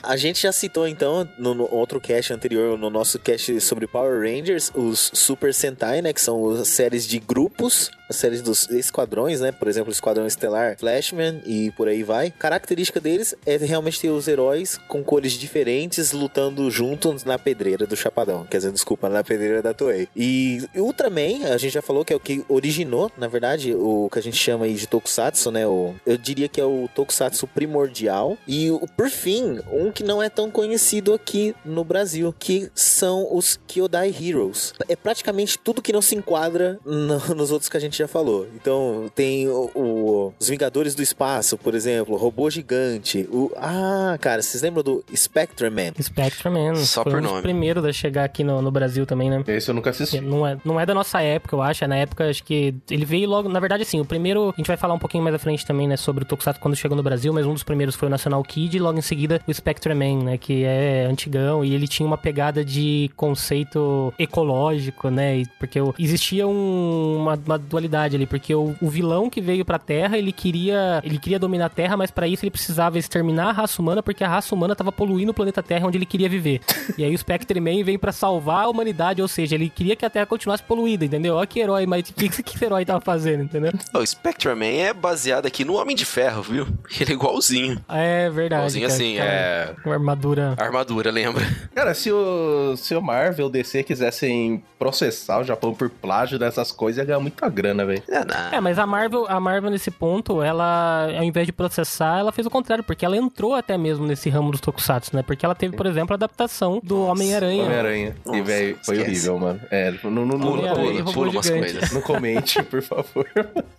[SPEAKER 1] A gente já citou, então, no, no outro cast anterior, no nosso cast sobre Power Rangers, os Super Sentai, né? Que são as séries de grupos, as séries dos esquadrões, né? Por exemplo, o Esquadrão Estelar, Flashman e por aí vai. A característica deles é realmente ter os heróis com cores diferentes lutando juntos na pedreira do Chapadão. Quer dizer, desculpa, na pedreira da Toei. E Ultraman, a gente já falou que é o que originou, na verdade, o que a gente chama aí de Tokusatsu, né? O, eu diria que é o Tokusatsu primordial. E, o, por fim, um que não é tão conhecido aqui no Brasil, que são os Kyodai Heroes. É praticamente tudo que não se enquadra no, nos outros que a gente já falou. Então, tem o, o, os Vingadores do Espaço, por exemplo, o Robô Gigante. O, ah, cara, vocês lembram do Spectreman?
[SPEAKER 4] Spectreman.
[SPEAKER 3] Só
[SPEAKER 4] foi
[SPEAKER 3] por
[SPEAKER 4] um dos
[SPEAKER 3] nome.
[SPEAKER 4] primeiros a chegar aqui no, no Brasil também, né?
[SPEAKER 2] Esse eu nunca assisti.
[SPEAKER 4] Não é, não é da nossa época, eu acho. É na época, acho que ele veio logo... Na verdade, assim, o primeiro... A gente vai falar um pouquinho mais à frente também, né? Sobre o Tokusatsu quando chegou no Brasil, mas um dos primeiros foi o National Kid e logo em seguida o Spectreman, né? Que é antigão e ele tinha uma pegada de conceito ecológico, né? E porque o, existia um, uma, uma dualidade ali, porque o, o vilão que veio pra Terra, ele queria, ele queria dominar a Terra, mas pra isso ele precisava exterminar a raça humana, porque a raça humana tava poluindo o planeta Terra onde ele queria viver. E aí o Spectreman vem pra salvar a humanidade, ou seja, ele queria que a Terra continuasse poluída, entendeu? Olha que herói, mas o que, que esse herói tava fazendo, entendeu?
[SPEAKER 3] O Spectreman é baseado aqui no Homem de Ferro, viu? Ele é igualzinho.
[SPEAKER 4] É verdade.
[SPEAKER 3] Igualzinho
[SPEAKER 4] cara,
[SPEAKER 3] assim,
[SPEAKER 4] cara,
[SPEAKER 3] é...
[SPEAKER 4] Uma armadura.
[SPEAKER 3] Armadura, lembra?
[SPEAKER 2] Cara, se o, se o Marvel, D C quisessem processar o Japão por plágio dessas coisas, ia ganhar muita grana, velho.
[SPEAKER 3] É, não.
[SPEAKER 4] É, mas a Marvel, a Marvel nesse ponto, ela, ao invés de processar, ela fez o contrário, porque ela entrou até mesmo nesse ramo dos tokusatsu, né? Porque ela teve, por exemplo, a adaptação do Homem-Aranha.
[SPEAKER 2] Homem-Aranha.
[SPEAKER 3] Nossa,
[SPEAKER 2] E, velho, foi
[SPEAKER 3] esquece.
[SPEAKER 2] horrível, mano. É, não, não, não,
[SPEAKER 3] Pula,
[SPEAKER 2] não,
[SPEAKER 4] Homem-Aranha
[SPEAKER 3] pula,
[SPEAKER 4] e robô
[SPEAKER 3] pula umas
[SPEAKER 4] gigante.
[SPEAKER 3] coisas.
[SPEAKER 2] não comente, por favor.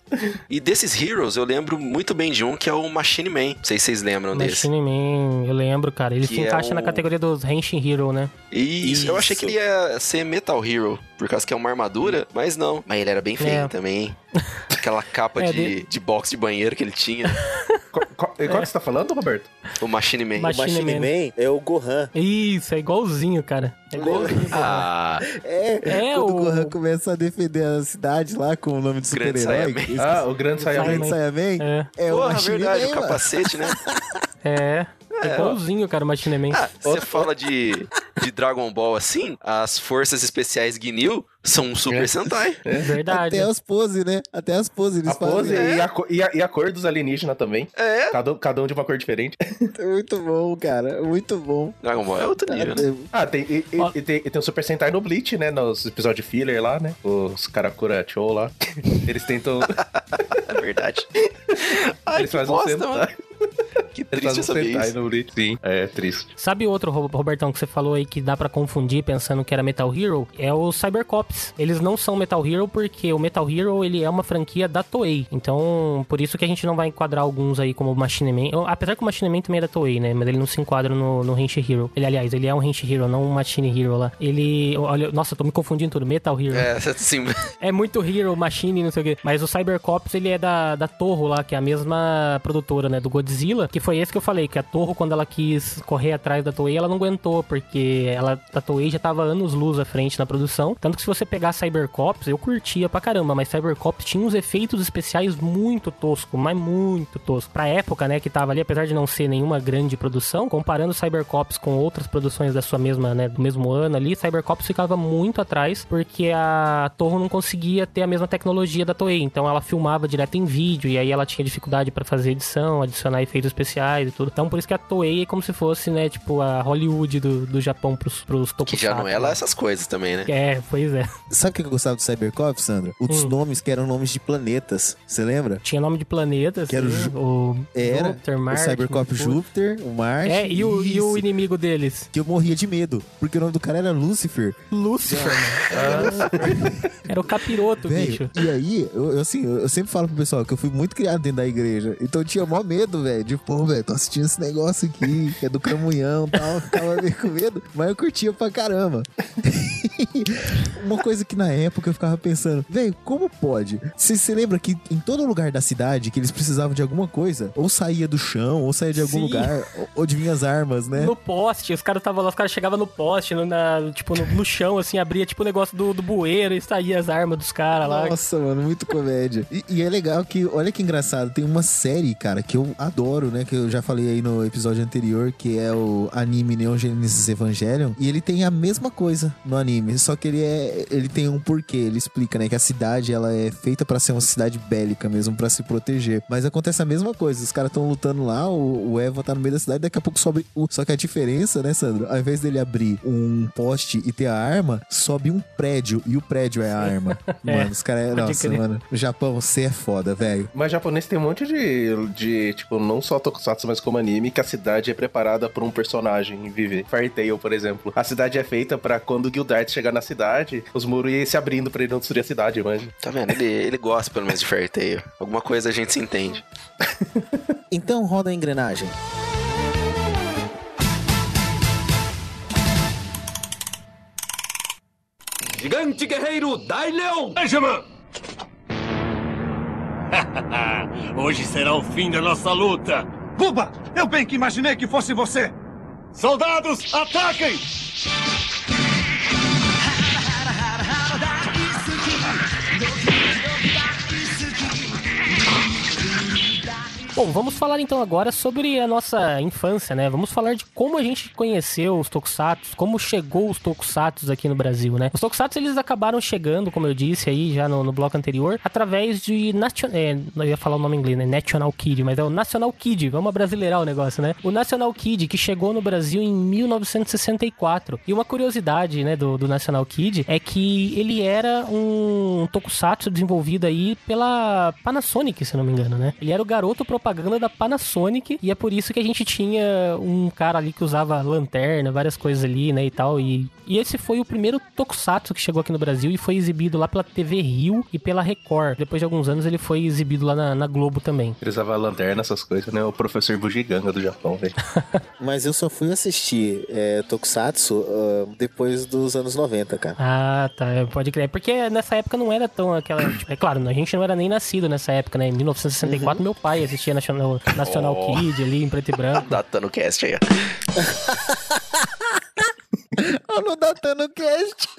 [SPEAKER 3] E desses Heroes, eu lembro muito bem de um que é o Machine Man. Não sei se vocês lembram desse.
[SPEAKER 4] Machine Man, eu lembro, cara. Ele
[SPEAKER 3] Que
[SPEAKER 4] se
[SPEAKER 3] é
[SPEAKER 4] encaixa
[SPEAKER 3] o-
[SPEAKER 4] na categoria dos Henshin Hero, né?
[SPEAKER 3] Isso, eu achei
[SPEAKER 1] Isso.
[SPEAKER 3] que ele ia ser Metal Hero, por causa que é uma armadura, mas não. Mas ele era bem feio
[SPEAKER 4] É.
[SPEAKER 3] também. Aquela capa
[SPEAKER 4] É,
[SPEAKER 3] de,
[SPEAKER 4] de-
[SPEAKER 3] de box de banheiro que ele tinha.
[SPEAKER 2] Qual, qual, qual que você tá falando, Roberto?
[SPEAKER 3] O Machine Man.
[SPEAKER 4] Mach-
[SPEAKER 1] O Machine
[SPEAKER 4] Machine
[SPEAKER 1] Man é o Gohan.
[SPEAKER 4] Isso, é igualzinho, cara. É igualzinho.
[SPEAKER 3] Ah,
[SPEAKER 1] É,
[SPEAKER 4] É,
[SPEAKER 9] Quando o
[SPEAKER 4] o-
[SPEAKER 9] Gohan começa a defender a cidade lá com o nome de
[SPEAKER 3] Grande
[SPEAKER 9] super-herói.
[SPEAKER 3] Saiyaman.
[SPEAKER 9] esqueci-
[SPEAKER 2] Ah, o Grande Saiyaman.
[SPEAKER 9] Grande Saiyaman.
[SPEAKER 4] É,
[SPEAKER 9] É o
[SPEAKER 3] porra,
[SPEAKER 9] Machine
[SPEAKER 3] verdade,
[SPEAKER 9] Man,
[SPEAKER 3] o
[SPEAKER 9] mano.
[SPEAKER 3] capacete, né?
[SPEAKER 4] é. É igualzinho, cara, o Machine Man.
[SPEAKER 3] Ah, você fala de, de Dragon Ball assim, as forças especiais Ginyu são um Super
[SPEAKER 2] É.
[SPEAKER 3] Sentai.
[SPEAKER 4] Verdade.
[SPEAKER 9] Até as poses, né? Até as poses eles
[SPEAKER 2] A pose
[SPEAKER 9] fazem.
[SPEAKER 2] e, a, co- e, a, e a cor dos alienígenas também.
[SPEAKER 3] É,
[SPEAKER 2] Cada, um- cada um de uma cor diferente.
[SPEAKER 9] É muito bom, cara. Muito bom.
[SPEAKER 3] Dragon Ball é outro nível, né?
[SPEAKER 2] Ah, tem, e, e-
[SPEAKER 4] Ó.
[SPEAKER 2] e tem, e tem o Super Sentai no Bleach, né? Nos episódios filler lá, né? Os Karakura Show lá. Eles tentam.
[SPEAKER 3] É verdade. Ai,
[SPEAKER 2] eles
[SPEAKER 3] que
[SPEAKER 2] fazem um
[SPEAKER 3] bosta,
[SPEAKER 2] Sentai.
[SPEAKER 3] mano. Que
[SPEAKER 2] Eles
[SPEAKER 3] triste
[SPEAKER 2] fazem um
[SPEAKER 3] saber
[SPEAKER 2] Sentai
[SPEAKER 3] isso.
[SPEAKER 2] no Bleach. Sim, é triste.
[SPEAKER 4] Sabe outro, Ro- Robertão, que você falou aí que dá pra confundir pensando que era Metal Hero? É o Cybercops. Eles não são Metal Hero porque o Metal Hero, ele é uma franquia da Toei. Então, por isso que a gente não vai enquadrar alguns aí como Machine Man. Eu- Apesar que o Machine Man também é da Toei, né? Mas ele não se enquadra no, no Henshin Hero. Ele, aliás, ele é um Henshin Hero, não um Machine Hero lá. Ele... Olha, nossa, eu tô me confundindo tudo. Metal Hero.
[SPEAKER 3] É, assim,
[SPEAKER 4] É muito Hero, Machine, não sei o quê. Mas o Cybercops, ele é da, da Toho lá, que é a mesma produtora, né? Do Godzilla. Que foi esse que eu falei, que a Toho, quando ela quis correr atrás da Toei, ela não aguentou, porque ela, a Toei já tava anos-luz à frente na produção. Tanto que se você pegar Cybercops, eu curtia pra caramba, mas Cybercops tinha uns efeitos especiais muito toscos, mas muito toscos. Pra época, né, que tava ali, apesar de não ser nenhuma grande produção, comparando Cybercops com outras produções da sua mesma, né, do mesmo ano ali, Cybercops ficava muito atrás, porque a Toho não conseguia ter a mesma tecnologia da Toei, então ela filmava direto em vídeo, e aí ela tinha dificuldade pra fazer edição, adicionar efeitos especiais e tudo. Então por isso que a Toei é como se fosse, né, tipo a Hollywood do, do Japão pros, pros
[SPEAKER 3] que
[SPEAKER 4] tokusatsu.
[SPEAKER 3] já não é lá essas coisas também, né?
[SPEAKER 4] É, pois é.
[SPEAKER 9] Sabe o que eu gostava do Cybercop, Sandra? Os
[SPEAKER 4] Hum.
[SPEAKER 9] nomes que eram nomes de planetas. Você lembra?
[SPEAKER 4] Tinha nome de planetas,
[SPEAKER 9] Que era o
[SPEAKER 4] assim,
[SPEAKER 9] Ju-
[SPEAKER 4] o
[SPEAKER 9] Era
[SPEAKER 4] Júpiter,
[SPEAKER 9] o
[SPEAKER 4] Marte,
[SPEAKER 9] Cybercop
[SPEAKER 4] Mercúrio.
[SPEAKER 9] Júpiter, o Marte.
[SPEAKER 4] É, e o, e o
[SPEAKER 9] isso.
[SPEAKER 4] inimigo deles?
[SPEAKER 9] Que eu morria de medo, porque o nome do cara era Lúcifer.
[SPEAKER 4] Lúcifer. Era o capiroto, bicho.
[SPEAKER 9] Velho, e aí, eu, eu, assim, eu, eu sempre falo pro pessoal que eu fui muito criado dentro da igreja. Então eu tinha maior medo, velho. De, pô, velho, tô assistindo esse negócio aqui, que é do Cramunhão e tal. Eu ficava meio com medo, mas eu curtia pra caramba. uma coisa que na época eu ficava pensando, velho, como pode? Você lembra que em todo lugar da cidade que eles precisavam de alguma coisa, ou saía do chão, ou saía de algum Sim. lugar, ou, ou de vinha as armas, né?
[SPEAKER 4] No poste, os caras estavam lá, os caras chegavam no poste, no, na, tipo, no, no chão, assim, abria tipo o negócio do, do bueiro e saía as armas dos caras lá.
[SPEAKER 9] Nossa, mano, muito comédia. E, e é legal que, olha que engraçado, tem uma série, cara, que eu adoro, né, que eu já falei aí no episódio anterior, que é o anime Neon Genesis Evangelion, e ele tem a mesma coisa no anime, só que ele é, ele tem um porquê, ele explica, né, que a cidade, ela é feita pra ser uma cidade bélica mesmo, pra se proteger, mas acontece a mesma coisa, os caras estão lutando lá, o, o Eva tá no meio da cidade, daqui a pouco sobe o... Só que a diferença, né, Sandro, ao invés dele abrir um poste e ter a arma, sobe um prédio, e o prédio é a arma. Mano, é, os caras, nossa, mano, o Japão, você é foda, velho.
[SPEAKER 2] Mas japonês tem um monte de, de, tipo, não só tokusatsu, mas como anime, que a cidade é preparada pra um personagem viver. Fairy Tail, por exemplo. A cidade é feita pra quando o Gildarts chegar na cidade, os muros iam se abrindo pra ele não destruir a cidade, manja.
[SPEAKER 3] Tá vendo? Ele, ele gosta pelo menos de Fairy Tail. Alguma coisa a gente se entende.
[SPEAKER 1] Então roda a engrenagem.
[SPEAKER 5] Gigante guerreiro Daileon! Benjamin! Hoje será o fim da nossa luta.
[SPEAKER 7] Buba, eu bem que imaginei que fosse você.
[SPEAKER 5] Soldados, ataquem!
[SPEAKER 4] Bom, vamos falar então agora sobre a nossa infância, né? Vamos falar de como a gente conheceu os tokusatsu, como chegou os tokusatsu aqui no Brasil, né? Os tokusatsu, eles acabaram chegando, como eu disse aí já no, no bloco anterior, através de... Nation... É, eu ia falar o nome em inglês, né? National Kid, mas é o National Kid, vamos abrasileirar o negócio, né? O National Kid, que chegou no Brasil em mil novecentos e sessenta e quatro. E uma curiosidade, né, do, do National Kid é que ele era um tokusatsu desenvolvido aí pela Panasonic, se não me engano, né? Ele era o garoto propaganda da Panasonic, e é por isso que a gente tinha um cara ali que usava lanterna, várias coisas ali, né, e tal, e, e esse foi o primeiro tokusatsu que chegou aqui no Brasil e foi exibido lá pela T V Rio e pela Record. Depois de alguns anos ele foi exibido lá na, na Globo também.
[SPEAKER 2] Ele usava lanterna, essas coisas, né, o professor Bugiganga do Japão, velho.
[SPEAKER 1] Mas eu só fui assistir é, tokusatsu uh, depois dos anos noventa, cara.
[SPEAKER 4] Ah, tá, pode crer, porque nessa época não era tão aquela, tipo, é claro, a gente não era nem nascido nessa época, né, em mil novecentos e sessenta e quatro, uhum. Meu pai assistia National, National oh. Kid ali em preto e branco.
[SPEAKER 3] Datando cast aí.
[SPEAKER 9] Eu não datando cast.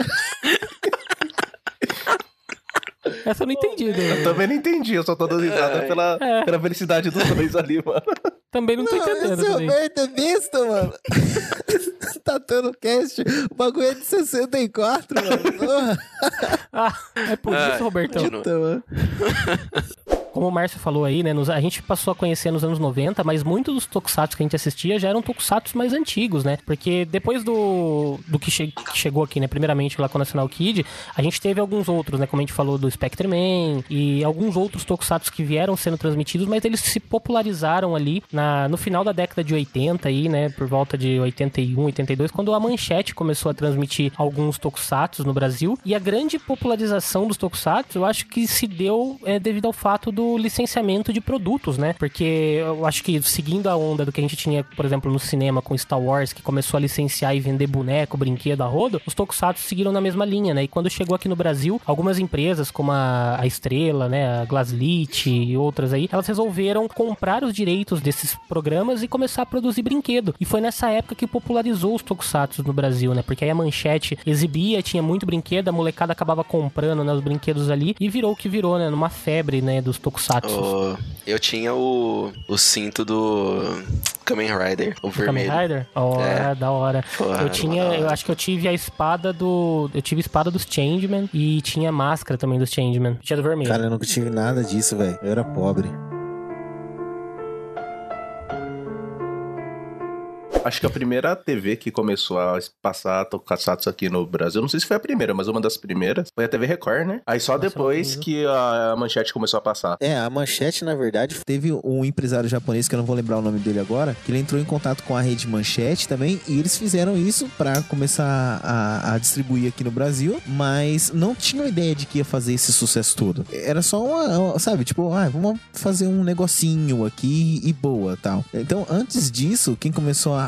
[SPEAKER 4] Essa eu não entendi, né?
[SPEAKER 2] Eu também não entendi, eu só tô dando risada pela, é. pela felicidade dos dois ali, mano.
[SPEAKER 4] Também não tô não, entendendo.
[SPEAKER 9] Esse Roberto é besta, mano. Datando cast, o bagulho é de sessenta e quatro, mano.
[SPEAKER 4] Ah, é por isso, ah, Robertão. Puta, mano. Como o Márcio falou aí, né, nos, a gente passou a conhecer nos anos noventa, mas muitos dos tokusatsu que a gente assistia já eram tokusatsu mais antigos, né? Porque depois do, do que, che, que chegou aqui, né, primeiramente lá com o National Kid, a gente teve alguns outros, né, como a gente falou do Spectre Man e alguns outros tokusatsu que vieram sendo transmitidos, mas eles se popularizaram ali na, no final da década de oitenta aí, né, por volta de oitenta e um, oitenta e dois, quando a Manchete começou a transmitir alguns tokusatsu no Brasil, e a grande popularização dos tokusatsu, eu acho que se deu é, devido ao fato do licenciamento de produtos, né? Porque eu acho que seguindo a onda do que a gente tinha, por exemplo, no cinema com Star Wars, que começou a licenciar e vender boneco, brinquedo a rodo, os tokusatsu seguiram na mesma linha, né? E quando chegou aqui no Brasil, algumas empresas como a, a Estrela, né, a Glaslit e outras aí, elas resolveram comprar os direitos desses programas e começar a produzir brinquedo. E foi nessa época que popularizou os tokusatsu no Brasil, né? Porque aí a Manchete exibia, tinha muito brinquedo, a molecada acabava comprando, né, os brinquedos ali e virou o que virou, né? Numa febre, né, dos tokusatsu.
[SPEAKER 3] Oh, eu tinha o, o cinto do Kamen Rider, o vermelho.
[SPEAKER 4] Kamen Rider? Oh, é. Da hora. Porra, eu tinha, eu acho que eu tive a espada do... Eu tive a espada dos Changeman e tinha a máscara também dos Changeman. Tinha do vermelho.
[SPEAKER 9] Cara, eu nunca tive nada disso, velho. Eu era pobre.
[SPEAKER 2] Acho que a primeira T V que começou a passar tokusatsu aqui no Brasil, não sei se foi a primeira, mas uma das primeiras, foi a T V Record, né? Aí só Nossa, depois que a Manchete começou a passar.
[SPEAKER 9] É, a Manchete, na verdade, teve um empresário japonês, que eu não vou lembrar o nome dele agora, que ele entrou em contato com a rede Manchete também, e eles fizeram isso pra começar a, a distribuir aqui no Brasil, mas não tinham ideia de que ia fazer esse sucesso todo. Era só uma, sabe, tipo, ah, vamos fazer um negocinho aqui e boa, tal. Então, antes disso, quem começou a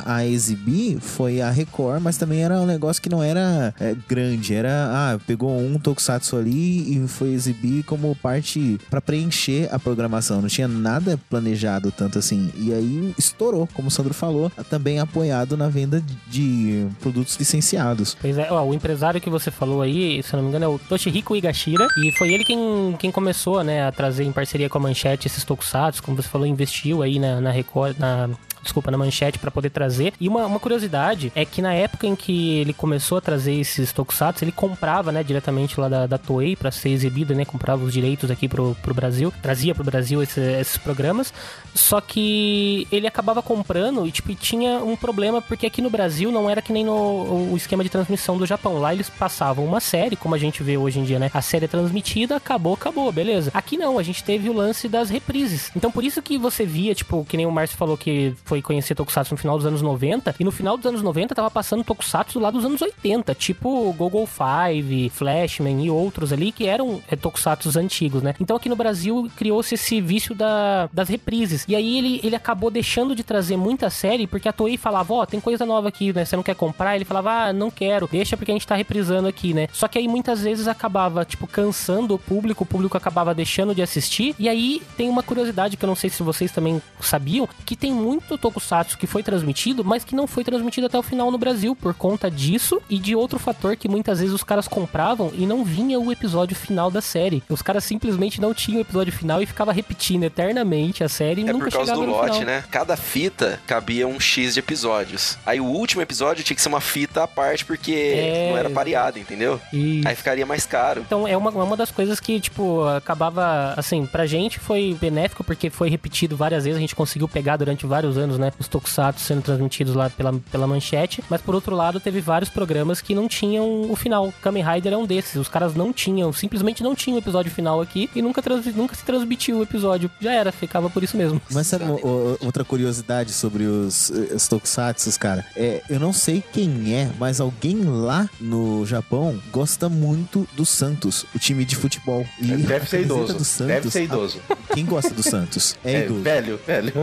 [SPEAKER 9] começar a exibir foi a Record, mas também era um negócio que não era é, grande, era, ah, pegou um tokusatsu ali e foi exibir como parte pra preencher a programação, não tinha nada planejado tanto assim, e aí estourou, como o Sandro falou, também apoiado na venda de produtos licenciados.
[SPEAKER 4] Pois é, ó, o empresário que você falou aí, se eu não me engano, é o Toshihiko Higashira, e foi ele quem, quem começou, né, a trazer em parceria com a Manchete esses tokusatsu, como você falou, investiu aí na, na Record, na... desculpa, na Manchete pra poder trazer. E uma, uma curiosidade é que na época em que ele começou a trazer esses tokusatsu, ele comprava, né, diretamente lá da, da Toei pra ser exibido, né, comprava os direitos aqui pro, pro Brasil, trazia pro Brasil esse, esses programas, só que ele acabava comprando e, tipo, tinha um problema porque aqui no Brasil não era que nem no o esquema de transmissão do Japão. Lá eles passavam uma série, como a gente vê hoje em dia, né, a série é transmitida, acabou, acabou, beleza. Aqui não, a gente teve o lance das reprises. Então por isso que você via, tipo, que nem o Márcio falou que foi conhecer Tokusatsu no final dos anos noventa, e no final dos anos noventa tava passando Tokusatsu lá dos anos oitenta, tipo Gogol Five, Flashman e outros ali, que eram é, Tokusatsu antigos, né? Então aqui no Brasil criou-se esse vício da, das reprises, e aí ele, ele acabou deixando de trazer muita série, porque a Toei falava, ó, oh, tem coisa nova aqui, né? Você não quer comprar? Ele falava, ah, não quero, deixa porque a gente tá reprisando aqui, né? Só que aí muitas vezes acabava, tipo, cansando o público, o público acabava deixando de assistir, e aí tem uma curiosidade que eu não sei se vocês também sabiam, que tem muito Tokusatsu que foi transmitido, mas que não foi transmitido até o final no Brasil, por conta disso e de outro fator que muitas vezes os caras compravam e não vinha o episódio final da série. Os caras simplesmente não tinham o episódio final e ficava repetindo eternamente a série e
[SPEAKER 3] é
[SPEAKER 4] nunca
[SPEAKER 3] por causa
[SPEAKER 4] chegava
[SPEAKER 3] do
[SPEAKER 4] no
[SPEAKER 3] lote,
[SPEAKER 4] final.
[SPEAKER 3] né? Cada fita cabia um X de episódios. Aí o último episódio tinha que ser uma fita à parte porque
[SPEAKER 4] É...
[SPEAKER 3] não era pareado, entendeu?
[SPEAKER 4] E...
[SPEAKER 3] Aí ficaria mais caro.
[SPEAKER 4] Então é uma, uma das coisas que, tipo, acabava, assim, pra gente foi benéfico porque foi repetido várias vezes, a gente conseguiu pegar durante vários anos, né, os Tokusatsu sendo transmitidos lá pela, pela Manchete, mas por outro lado teve vários programas que não tinham o final. Kamen Rider é um desses, os caras não tinham, simplesmente não tinham o episódio final aqui e nunca, trans, nunca se transmitiu o episódio, já era, ficava por isso mesmo.
[SPEAKER 9] Mas sabe o, o, outra curiosidade sobre os, os Tokusatsu, cara? É, eu não sei quem é, mas alguém lá no Japão gosta muito do Santos, o time de futebol. E
[SPEAKER 2] deve ser idoso,
[SPEAKER 9] do Santos,
[SPEAKER 2] deve ser idoso.
[SPEAKER 9] A, quem gosta do Santos? É,
[SPEAKER 2] é
[SPEAKER 9] idoso.
[SPEAKER 2] velho, velho.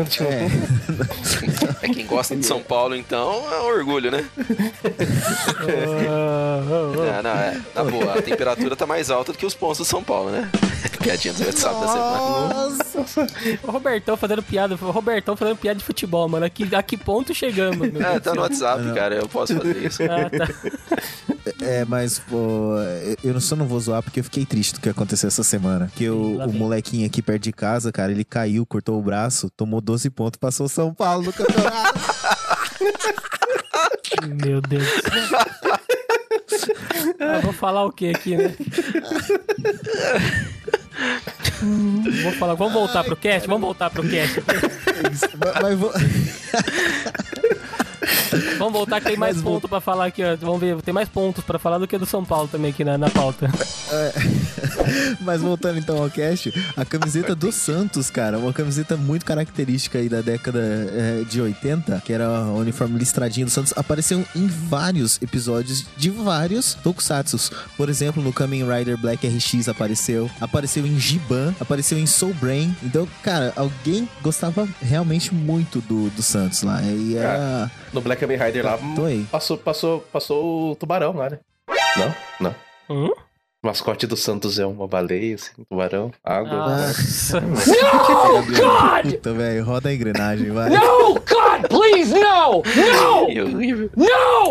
[SPEAKER 9] É.
[SPEAKER 3] É quem gosta de São Paulo, então, é um orgulho, né? Não, não, é. Na boa, a temperatura tá mais alta do que os pontos do São Paulo, né? Piadinha do sábado da semana.
[SPEAKER 4] Nossa! O Robertão fazendo piada, o Robertão fazendo piada de futebol, mano. A que, a que ponto chegamos?
[SPEAKER 3] É, tá no WhatsApp, não. Cara, eu posso fazer isso.
[SPEAKER 4] Ah, tá.
[SPEAKER 9] É, mas, pô, eu só não vou zoar porque eu fiquei triste do que aconteceu essa semana. Que o, o molequinho aqui perto de casa, cara, ele caiu, cortou o braço, tomou doze pontos, passou o São Paulo no campeonato.
[SPEAKER 4] Meu Deus. Ah, vou falar o que aqui, né? Vou falar, vamos voltar pro cast? Vamos voltar pro cast.
[SPEAKER 9] Mas, mas vou...
[SPEAKER 4] Vamos voltar que tem mais pontos vou... pra falar aqui, ó. Vamos ver, tem mais pontos pra falar do que do São Paulo também aqui na, na pauta.
[SPEAKER 9] É, mas voltando então ao cast, a camiseta do Santos, cara, uma camiseta muito característica aí da década é, de oitenta, que era o uniforme listradinho do Santos, apareceu em vários episódios de vários tokusatsus. Por exemplo, no Kamen Rider Black R X apareceu, apareceu em Giban, apareceu em Soul Brain. Então, cara, alguém gostava realmente muito do, do Santos lá. E era...
[SPEAKER 2] No Black Kamen Rider lá, passou, passou, passou o tubarão lá, né? Não? Não.
[SPEAKER 4] Hum?
[SPEAKER 2] O mascote do Santos é uma baleia, assim, um tubarão, água.
[SPEAKER 4] Nossa.
[SPEAKER 5] No, God!
[SPEAKER 9] Puta, velho, roda a engrenagem, vai.
[SPEAKER 5] No, God, please, no! No! No!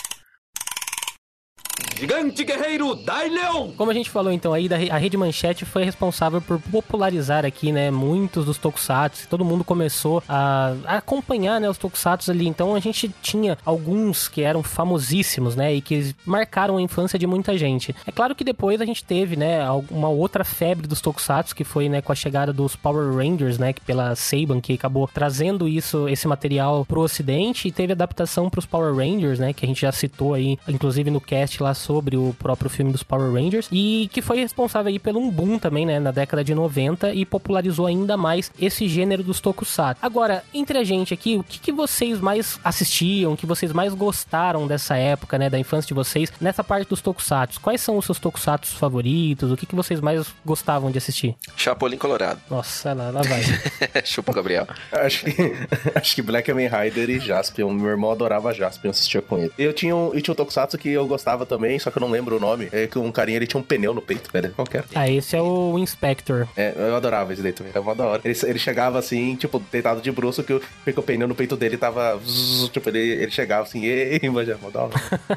[SPEAKER 5] Gigante Guerreiro Dailyon!
[SPEAKER 4] Como a gente falou então aí, a Rede Manchete foi responsável por popularizar aqui, né, muitos dos tokusatsu. Todo mundo começou a, a acompanhar, né, os tokusatsu ali. Então a gente tinha alguns que eram famosíssimos, né, e que marcaram a infância de muita gente. É claro que depois a gente teve, né, uma outra febre dos tokusatsu, que foi, né, com a chegada dos Power Rangers, né, que pela Saban, que acabou trazendo isso, esse material pro ocidente, e teve adaptação pros Power Rangers, né, que a gente já citou aí, inclusive no cast lá sobre o próprio filme dos Power Rangers e que foi responsável aí pelo um boom também, né, na década de noventa e popularizou ainda mais esse gênero dos tokusatsu. Agora, entre a gente aqui, o que, que vocês mais assistiam, o que vocês mais gostaram dessa época, né, da infância de vocês, nessa parte dos tokusatsu? Quais são os seus tokusatsu favoritos? O que, que vocês mais gostavam de assistir?
[SPEAKER 3] Chapolin Colorado.
[SPEAKER 4] Nossa, lá, lá vai.
[SPEAKER 3] Chupa o Gabriel.
[SPEAKER 2] Acho que, acho que Black Kamen Rider e Jaspion. Meu irmão adorava Jaspion, assistia com ele. Eu tinha um, eu tinha um tokusatsu que eu gostava também, só que eu não lembro o nome. É que um carinha, ele tinha um pneu no peito, velho. Qual que era?
[SPEAKER 4] Ah, esse é o Inspector.
[SPEAKER 2] É, eu adorava esse daí também, era mó da hora. Ele, ele chegava assim, tipo, deitado de bruço, que o, porque o pneu no peito dele tava... Zzz, tipo, ele, ele chegava assim, ei, mas é mó da hora.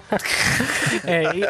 [SPEAKER 4] É, e...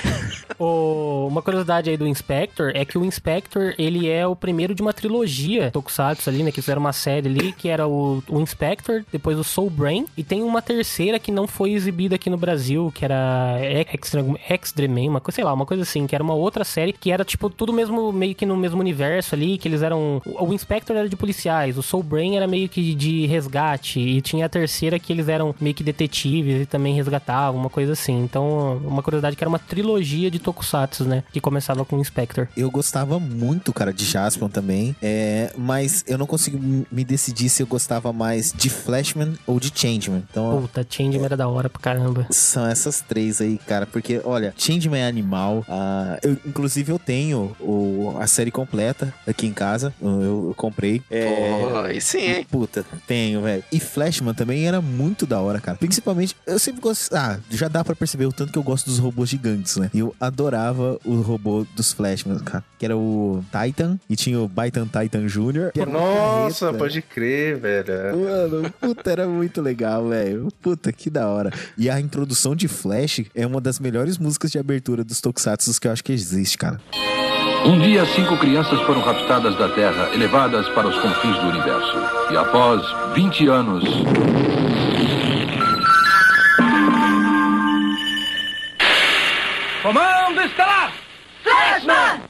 [SPEAKER 4] O, uma curiosidade aí do Inspector é que o Inspector, ele é o primeiro de uma trilogia tokusatsu ali, né, que fizeram uma série ali, que era o, o Inspector, depois o Soul Brain, e tem uma terceira que não foi exibida aqui no Brasil, que era X-Dream, uma coisa, sei lá, uma coisa assim, que era uma outra série, que era, tipo, tudo mesmo, meio que no mesmo universo ali, que eles eram... O Inspector era de policiais, o Soul Brain era meio que de resgate, e tinha a terceira que eles eram meio que detetives e também resgatavam, uma coisa assim. Então, uma curiosidade que era uma trilogia de tokusatsu, né, que começava com o Inspector.
[SPEAKER 9] Eu gostava muito, cara, de Jaspion também, é, mas eu não consigo me decidir se eu gostava mais de Flashman ou de Changeman. Então,
[SPEAKER 4] puta, Changeman é... era da hora pra caramba.
[SPEAKER 9] São essas três aí, cara, porque, olha, Changeman é animal, uh, eu, inclusive eu tenho o, a série completa aqui em casa, eu, eu comprei.
[SPEAKER 3] É, oh, aí sim, hein?
[SPEAKER 9] Puta, tenho, velho. E Flashman também era muito da hora, cara. Principalmente, eu sempre gosto... Ah, já dá pra perceber o tanto que eu gosto dos robôs gigantes, né? E eu adorava o robô dos Flashman, cara. Que era o Titan, e tinha o Baitan Titan Júnior
[SPEAKER 2] Nossa, carreta. Pode crer, velho.
[SPEAKER 9] Mano, puta, era muito legal, velho. Puta, que da hora. E a introdução de Flash é uma das melhores músicas de abertura dos tokusatsu que eu acho que existe, cara.
[SPEAKER 10] Um dia, cinco crianças foram raptadas da Terra, elevadas para os confins do universo. E após vinte anos...
[SPEAKER 5] Comando estelar! Flashman!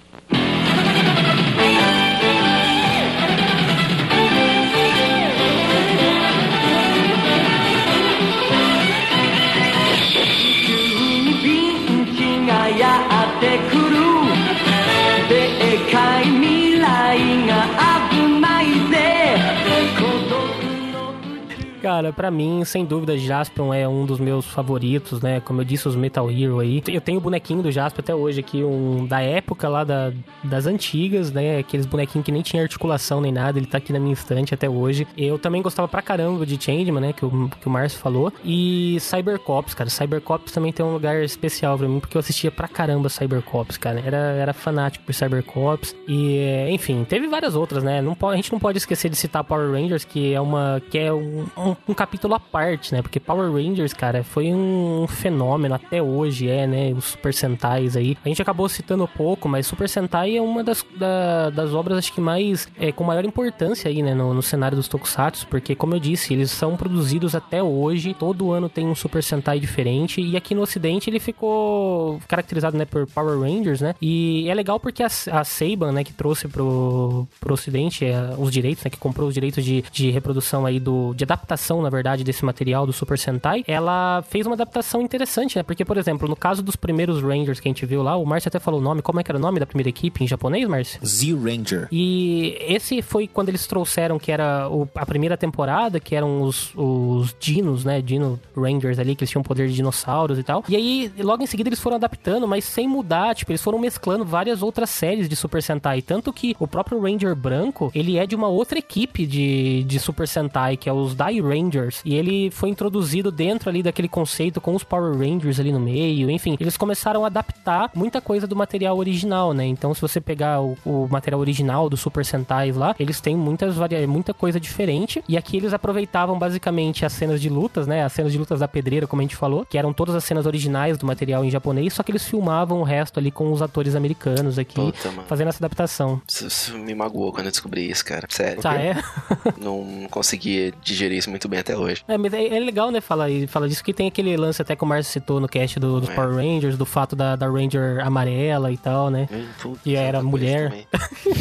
[SPEAKER 4] Cara, pra mim, sem dúvida, Jaspion é um dos meus favoritos, né? Como eu disse, os Metal Hero aí. Eu tenho o bonequinho do Jaspion até hoje aqui, um da época lá da, das antigas, né? Aqueles bonequinhos que nem tinha articulação nem nada, ele tá aqui na minha estante até hoje. Eu também gostava pra caramba de Changeman, né? Que o, que o Márcio falou. E Cybercops, cara. Cybercops também tem um lugar especial pra mim, porque eu assistia pra caramba Cybercops, cara. Era, era fanático por Cybercops. E, enfim, teve várias outras, né? Não pode, a gente não pode esquecer de citar Power Rangers, que é uma... que é um, um um capítulo à parte, né? Porque Power Rangers, cara, foi um fenômeno, até hoje é, né? Os Super Sentais aí. A gente acabou citando pouco, mas Super Sentai é uma das, da, das obras, acho que mais, é, com maior importância aí, né? No, no cenário dos tokusatsu, porque, como eu disse, eles são produzidos até hoje. Todo ano tem um Super Sentai diferente. E aqui no Ocidente ele ficou caracterizado, né? Por Power Rangers, né? E é legal porque a, a Saban, né? Que trouxe pro, pro Ocidente é, os direitos, né? Que comprou os direitos de, de reprodução aí do... de adaptação, na verdade, desse material do Super Sentai, ela fez uma adaptação interessante, né? Porque, por exemplo, no caso dos primeiros Rangers que a gente viu lá, o Márcio até falou o nome, como é que era o nome da primeira equipe em japonês, Márcio?
[SPEAKER 9] Z-Ranger.
[SPEAKER 4] E esse foi quando eles trouxeram que era o, a primeira temporada, que eram os, os dinos, né? Dino Rangers ali, que eles tinham poder de dinossauros e tal. E aí, logo em seguida, eles foram adaptando, mas sem mudar, tipo, eles foram mesclando várias outras séries de Super Sentai. Tanto que o próprio Ranger branco, ele é de uma outra equipe de, de Super Sentai, que é os Dai Rangers, e ele foi introduzido dentro ali daquele conceito com os Power Rangers ali no meio, enfim, eles começaram a adaptar muita coisa do material original, né? Então, se você pegar o, o material original do Super Sentai lá, eles têm muitas varia... muita coisa diferente, e aqui eles aproveitavam basicamente as cenas de lutas, né? As cenas de lutas da pedreira, como a gente falou, que eram todas as cenas originais do material em japonês, só que eles filmavam o resto ali com os atores americanos aqui, Puta, fazendo essa adaptação.
[SPEAKER 3] Isso, isso me magoou quando eu descobri isso, cara. Sério.
[SPEAKER 4] Ah, é?
[SPEAKER 3] Não consegui digerir isso muito bem até hoje.
[SPEAKER 4] É, mas é, é legal, né, falar, falar disso, que tem aquele lance até que o Márcio citou no cast do, dos é. Power Rangers, do fato da, da Ranger amarela e tal, né?
[SPEAKER 3] Hum, puta,
[SPEAKER 4] que era mulher.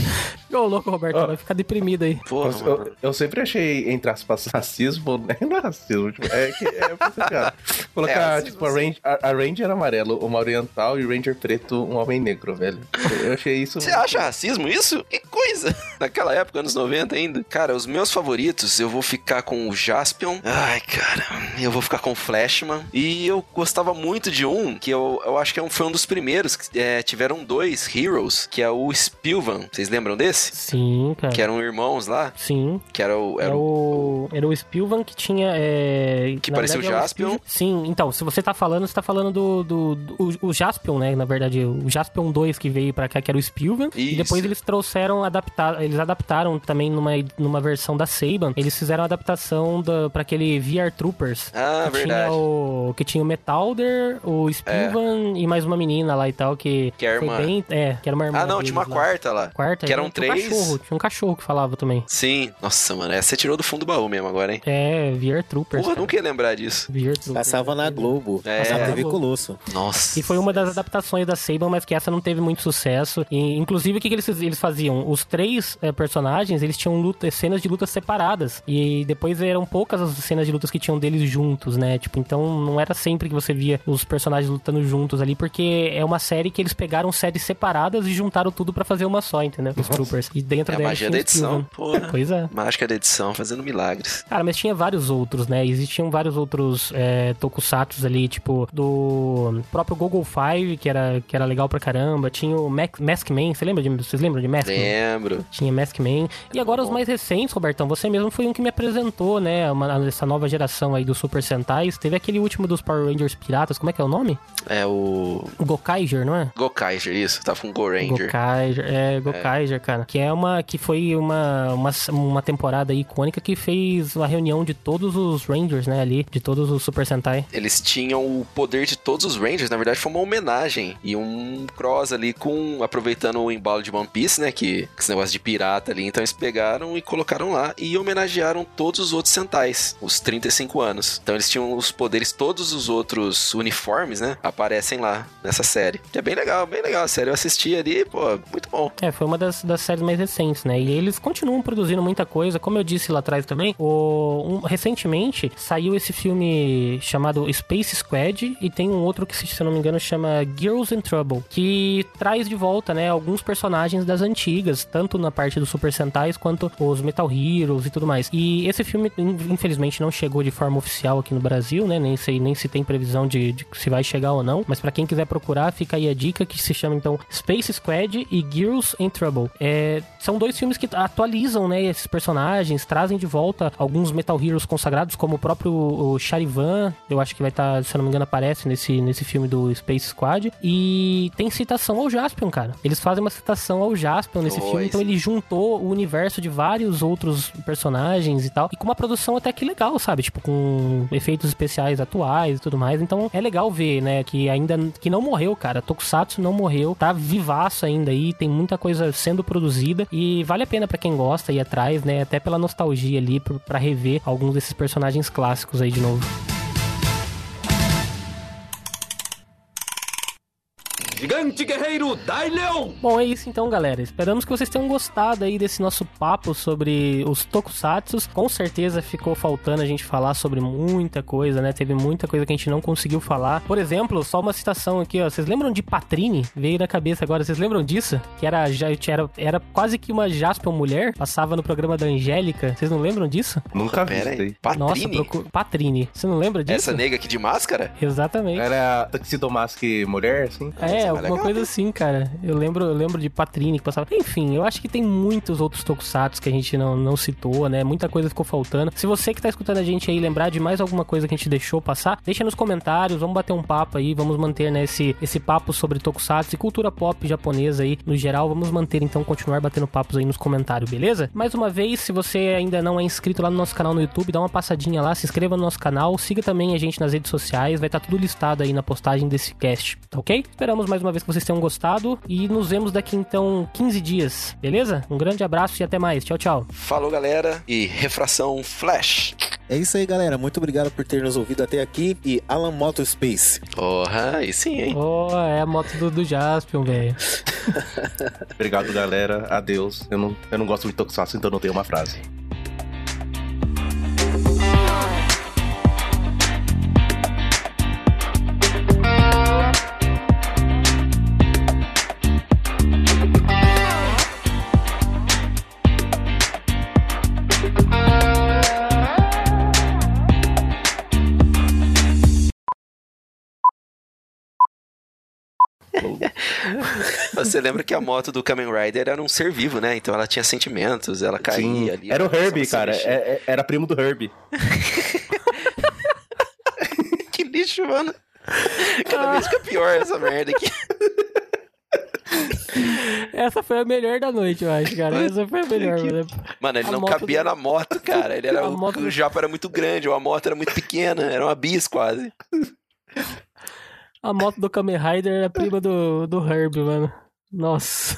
[SPEAKER 4] Ô, louco, Roberto, oh. vai ficar deprimido aí.
[SPEAKER 2] Porra, eu, eu, eu sempre achei, entre aspas, racismo, né? Não é racismo, tipo, é que é cara. Colocar, é, tipo, a, Ranger, a, a Ranger amarelo, uma oriental e o Ranger preto, um homem negro, velho. Eu achei isso...
[SPEAKER 3] Você acha racismo isso? Que coisa! Naquela época, anos noventa ainda. Cara, os meus favoritos, eu vou ficar com o Jaspion. Ai, cara, eu vou ficar com o Flashman. E eu gostava muito de um, que eu, eu acho que é um, foi um dos primeiros, que é, tiveram dois Heroes, que é o Spilvan. Vocês lembram desse?
[SPEAKER 4] Sim, cara.
[SPEAKER 3] Que eram irmãos lá?
[SPEAKER 4] Sim.
[SPEAKER 3] Que era o...
[SPEAKER 4] Era, é o, era o Spilvan que tinha... É,
[SPEAKER 3] que parecia verdade, o Jaspion?
[SPEAKER 4] O Sim, então, se você tá falando, você tá falando do... do, do o, o Jaspion, né? Na verdade, o Jaspion dois que veio pra cá, que era o Spilvan. Isso. E depois eles trouxeram, adaptar, eles adaptaram também numa, numa versão da Saban. Eles fizeram a adaptação da, pra aquele V R Troopers.
[SPEAKER 3] Ah,
[SPEAKER 4] que
[SPEAKER 3] verdade.
[SPEAKER 4] Tinha o, que tinha o Metalder, o Spilvan é. e mais uma menina lá e tal, que...
[SPEAKER 3] Que é
[SPEAKER 4] foi
[SPEAKER 3] irmã.
[SPEAKER 4] Bem, é, que era uma irmã.
[SPEAKER 3] Ah, não, tinha uma
[SPEAKER 4] lá.
[SPEAKER 3] quarta lá.
[SPEAKER 4] Quarta?
[SPEAKER 3] Que eram
[SPEAKER 4] tinha
[SPEAKER 3] três.
[SPEAKER 4] Um cachorro, tinha um cachorro que falava também.
[SPEAKER 3] Sim. Nossa, mano, essa você tirou do fundo do baú mesmo agora, hein?
[SPEAKER 4] É, V R Troopers.
[SPEAKER 3] Porra, nunca ia lembrar disso.
[SPEAKER 4] V R Troopers.
[SPEAKER 1] Passava na Globo.
[SPEAKER 3] É.
[SPEAKER 1] Passava na T V Colosso.
[SPEAKER 3] Nossa.
[SPEAKER 4] E foi uma das adaptações da Saban, mas que essa não teve muito sucesso. E, inclusive, o que, que eles, eles faziam? Os três é, personagens, eles tinham luta, cenas de lutas separadas. E depois eram poucas as cenas de lutas que tinham deles juntos, né? Tipo, então não era sempre que você via os personagens lutando juntos ali, porque é uma série que eles pegaram séries separadas e juntaram tudo pra fazer uma só, entendeu? Os Troopers. E dentro
[SPEAKER 3] é a
[SPEAKER 4] dela
[SPEAKER 3] magia da edição, porra.
[SPEAKER 4] Pois é.
[SPEAKER 3] Mágica da edição, fazendo milagres.
[SPEAKER 4] Cara, mas tinha vários outros, né? Existiam vários outros é, tokusatsus ali, tipo, do próprio Google Five, que era, que era legal pra caramba. Tinha o Mac, Maskman, você lembra de, vocês lembram de Maskman?
[SPEAKER 3] Lembro.
[SPEAKER 4] Tinha Maskman. E agora os mais recentes, Robertão, você mesmo foi um que me apresentou, né? Uma, essa nova geração aí do Super Sentais. Teve aquele último dos Power Rangers Piratas, como é que é o nome?
[SPEAKER 3] É o...
[SPEAKER 4] O Gokaiger, não é?
[SPEAKER 3] Gokaiger, isso. Tava com o Go Ranger.
[SPEAKER 4] Gokaiger, é, Gokaiger, é. cara. Que é uma, que foi uma, uma, uma temporada icônica que fez a reunião de todos os Rangers, né, ali, de todos os Super Sentai.
[SPEAKER 3] Eles tinham o poder de todos os Rangers, na verdade foi uma homenagem e um cross ali com, aproveitando o embalo de One Piece, né, que, que esse negócio de pirata ali, então eles pegaram e colocaram lá e homenagearam todos os outros Sentais, os trinta e cinco anos. Então eles tinham os poderes, todos os outros uniformes, né, aparecem lá nessa série. Que é bem legal, bem legal a série, eu assisti ali, pô, muito bom.
[SPEAKER 4] É, foi uma das, das séries mais recentes, né, e eles continuam produzindo muita coisa, como eu disse lá atrás também, o, um, recentemente saiu esse filme chamado Space Squad e tem um outro que, se eu não me engano, chama Girls in Trouble, que traz de volta, né, alguns personagens das antigas, tanto na parte dos Super Sentais quanto os Metal Heroes e tudo mais. E esse filme, infelizmente, não chegou de forma oficial aqui no Brasil, né, nem sei nem se tem previsão de, de se vai chegar ou não, mas pra quem quiser procurar, fica aí a dica que se chama, então, Space Squad e Girls in Trouble. É, são dois filmes que atualizam, né, esses personagens, trazem de volta alguns Metal Heroes consagrados, como o próprio o Charivan, eu acho que vai estar, tá, se eu não me engano, aparece nesse, nesse filme do Space Squad, e tem citação ao Jaspion, cara. Eles fazem uma citação ao Jaspion nesse pois. filme, então ele juntou o universo de vários outros personagens e tal, e com uma produção até que legal, sabe? Tipo, com efeitos especiais atuais e tudo mais, então é legal ver, né, que ainda, que não morreu, cara. Tokusatsu não morreu, tá vivaço ainda aí, tem muita coisa sendo produzida, e vale a pena pra quem gosta ir atrás, né, até pela nostalgia ali, pra rever alguns desses personagens clássicos aí de novo.
[SPEAKER 5] Gigante Guerreiro Daileon!
[SPEAKER 4] Bom, é isso então, galera. Esperamos que vocês tenham gostado aí desse nosso papo sobre os tokusatsus. Com certeza ficou faltando a gente falar sobre muita coisa, né? Teve muita coisa que a gente não conseguiu falar. Por exemplo, só uma citação aqui, ó. Vocês lembram de Patrine? Veio na cabeça agora. Vocês lembram disso? Que era, já, era, era quase que uma Jaspion mulher. Passava no programa da Angélica. Vocês não lembram disso?
[SPEAKER 2] Nunca vi isso aí.
[SPEAKER 3] Patrine?
[SPEAKER 4] Nossa, procura... Patrine. Você não lembra disso?
[SPEAKER 3] Essa nega aqui de máscara?
[SPEAKER 4] Exatamente.
[SPEAKER 2] Era Tuxedo Mask mulher, assim?
[SPEAKER 4] É, alguma legal, coisa né? assim, cara. Eu lembro, eu lembro de Patrine que passava. Enfim, eu acho que tem muitos outros tokusatsu que a gente não, não citou, né? Muita coisa ficou faltando. Se você que tá escutando a gente aí lembrar de mais alguma coisa que a gente deixou passar, deixa nos comentários, vamos bater um papo aí, vamos manter, né, esse, esse papo sobre tokusatsu e cultura pop japonesa aí, no geral, vamos manter, então, continuar batendo papos aí nos comentários, beleza? Mais uma vez, se você ainda não é inscrito lá no nosso canal no YouTube, dá uma passadinha lá, se inscreva no nosso canal, siga também a gente nas redes sociais, vai estar tudo listado aí na postagem desse cast, tá ok? Esperamos mais uma vez que vocês tenham gostado e nos vemos daqui então quinze dias, beleza? Um grande abraço e até mais. Tchau, tchau.
[SPEAKER 3] Falou, galera, e refração Flash.
[SPEAKER 1] É isso aí, galera. Muito obrigado por ter nos ouvido até aqui. E Alan Motospace.
[SPEAKER 3] Porra, aí sim, hein?
[SPEAKER 4] Oh, é a moto do, do Jaspion, velho.
[SPEAKER 2] Obrigado, galera. Adeus. Eu não, eu não gosto de Tokusatsu, então não tenho uma frase.
[SPEAKER 3] Você lembra que a moto do Kamen Rider era um ser vivo, né? Então ela tinha sentimentos, ela caía
[SPEAKER 2] Sim,
[SPEAKER 3] ali.
[SPEAKER 2] era o Herbie, cara.
[SPEAKER 3] É,
[SPEAKER 2] É, era primo do Herbie.
[SPEAKER 3] Que lixo, mano. Cada vez fica pior essa merda aqui.
[SPEAKER 4] Essa foi a melhor da noite, eu acho, cara. Essa foi a melhor, mano.
[SPEAKER 3] Mano, ele
[SPEAKER 4] A
[SPEAKER 3] não
[SPEAKER 4] moto
[SPEAKER 3] cabia
[SPEAKER 4] do...
[SPEAKER 3] na moto, cara. Ele era,
[SPEAKER 4] A
[SPEAKER 3] o,
[SPEAKER 4] moto...
[SPEAKER 3] o Japa era muito grande, a moto era muito pequena, era uma bis quase.
[SPEAKER 4] A moto do Kamen Rider é prima do, do Herbie, mano. Nossa.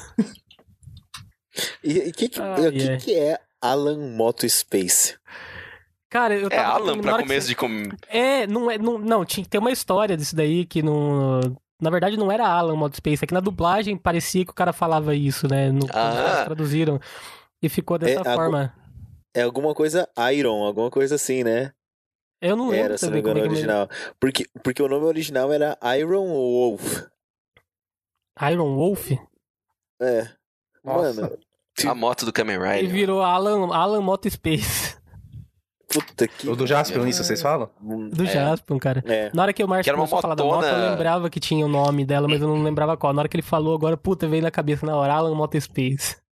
[SPEAKER 1] E o que, que,
[SPEAKER 4] ah,
[SPEAKER 1] que,
[SPEAKER 4] yeah.
[SPEAKER 1] que é Alan Motospace?
[SPEAKER 4] Cara, eu tava...
[SPEAKER 3] É Alan pra começo
[SPEAKER 4] você...
[SPEAKER 3] de... Com...
[SPEAKER 4] É, não é... Não, não, tinha que ter uma história disso daí que não... Na verdade, não era Alan Motospace. É que na dublagem parecia que o cara falava isso, né? No,
[SPEAKER 3] ah.
[SPEAKER 4] Os caras traduziram. E ficou dessa
[SPEAKER 1] é,
[SPEAKER 4] forma.
[SPEAKER 1] Algum, é alguma coisa Iron, alguma coisa assim, né?
[SPEAKER 4] Eu não lembro
[SPEAKER 1] era, se não
[SPEAKER 4] também
[SPEAKER 1] me engano,
[SPEAKER 4] como é que
[SPEAKER 1] original. Porque, porque o nome original era Iron Wolf.
[SPEAKER 4] Iron Wolf?
[SPEAKER 1] É.
[SPEAKER 3] Nossa.
[SPEAKER 1] Mano.
[SPEAKER 3] A moto do Kamen Rider.
[SPEAKER 4] E virou Alan, Alan Motospace.
[SPEAKER 1] Puta que...
[SPEAKER 2] O do Jaspion, isso vocês falam?
[SPEAKER 4] Do é. Jaspion, cara.
[SPEAKER 1] É.
[SPEAKER 4] Na hora que o Márcio começou a falar da moto, eu lembrava que tinha o nome dela, mas eu não lembrava qual. Na hora que ele falou agora, puta, veio na cabeça na hora, Alan Motospace.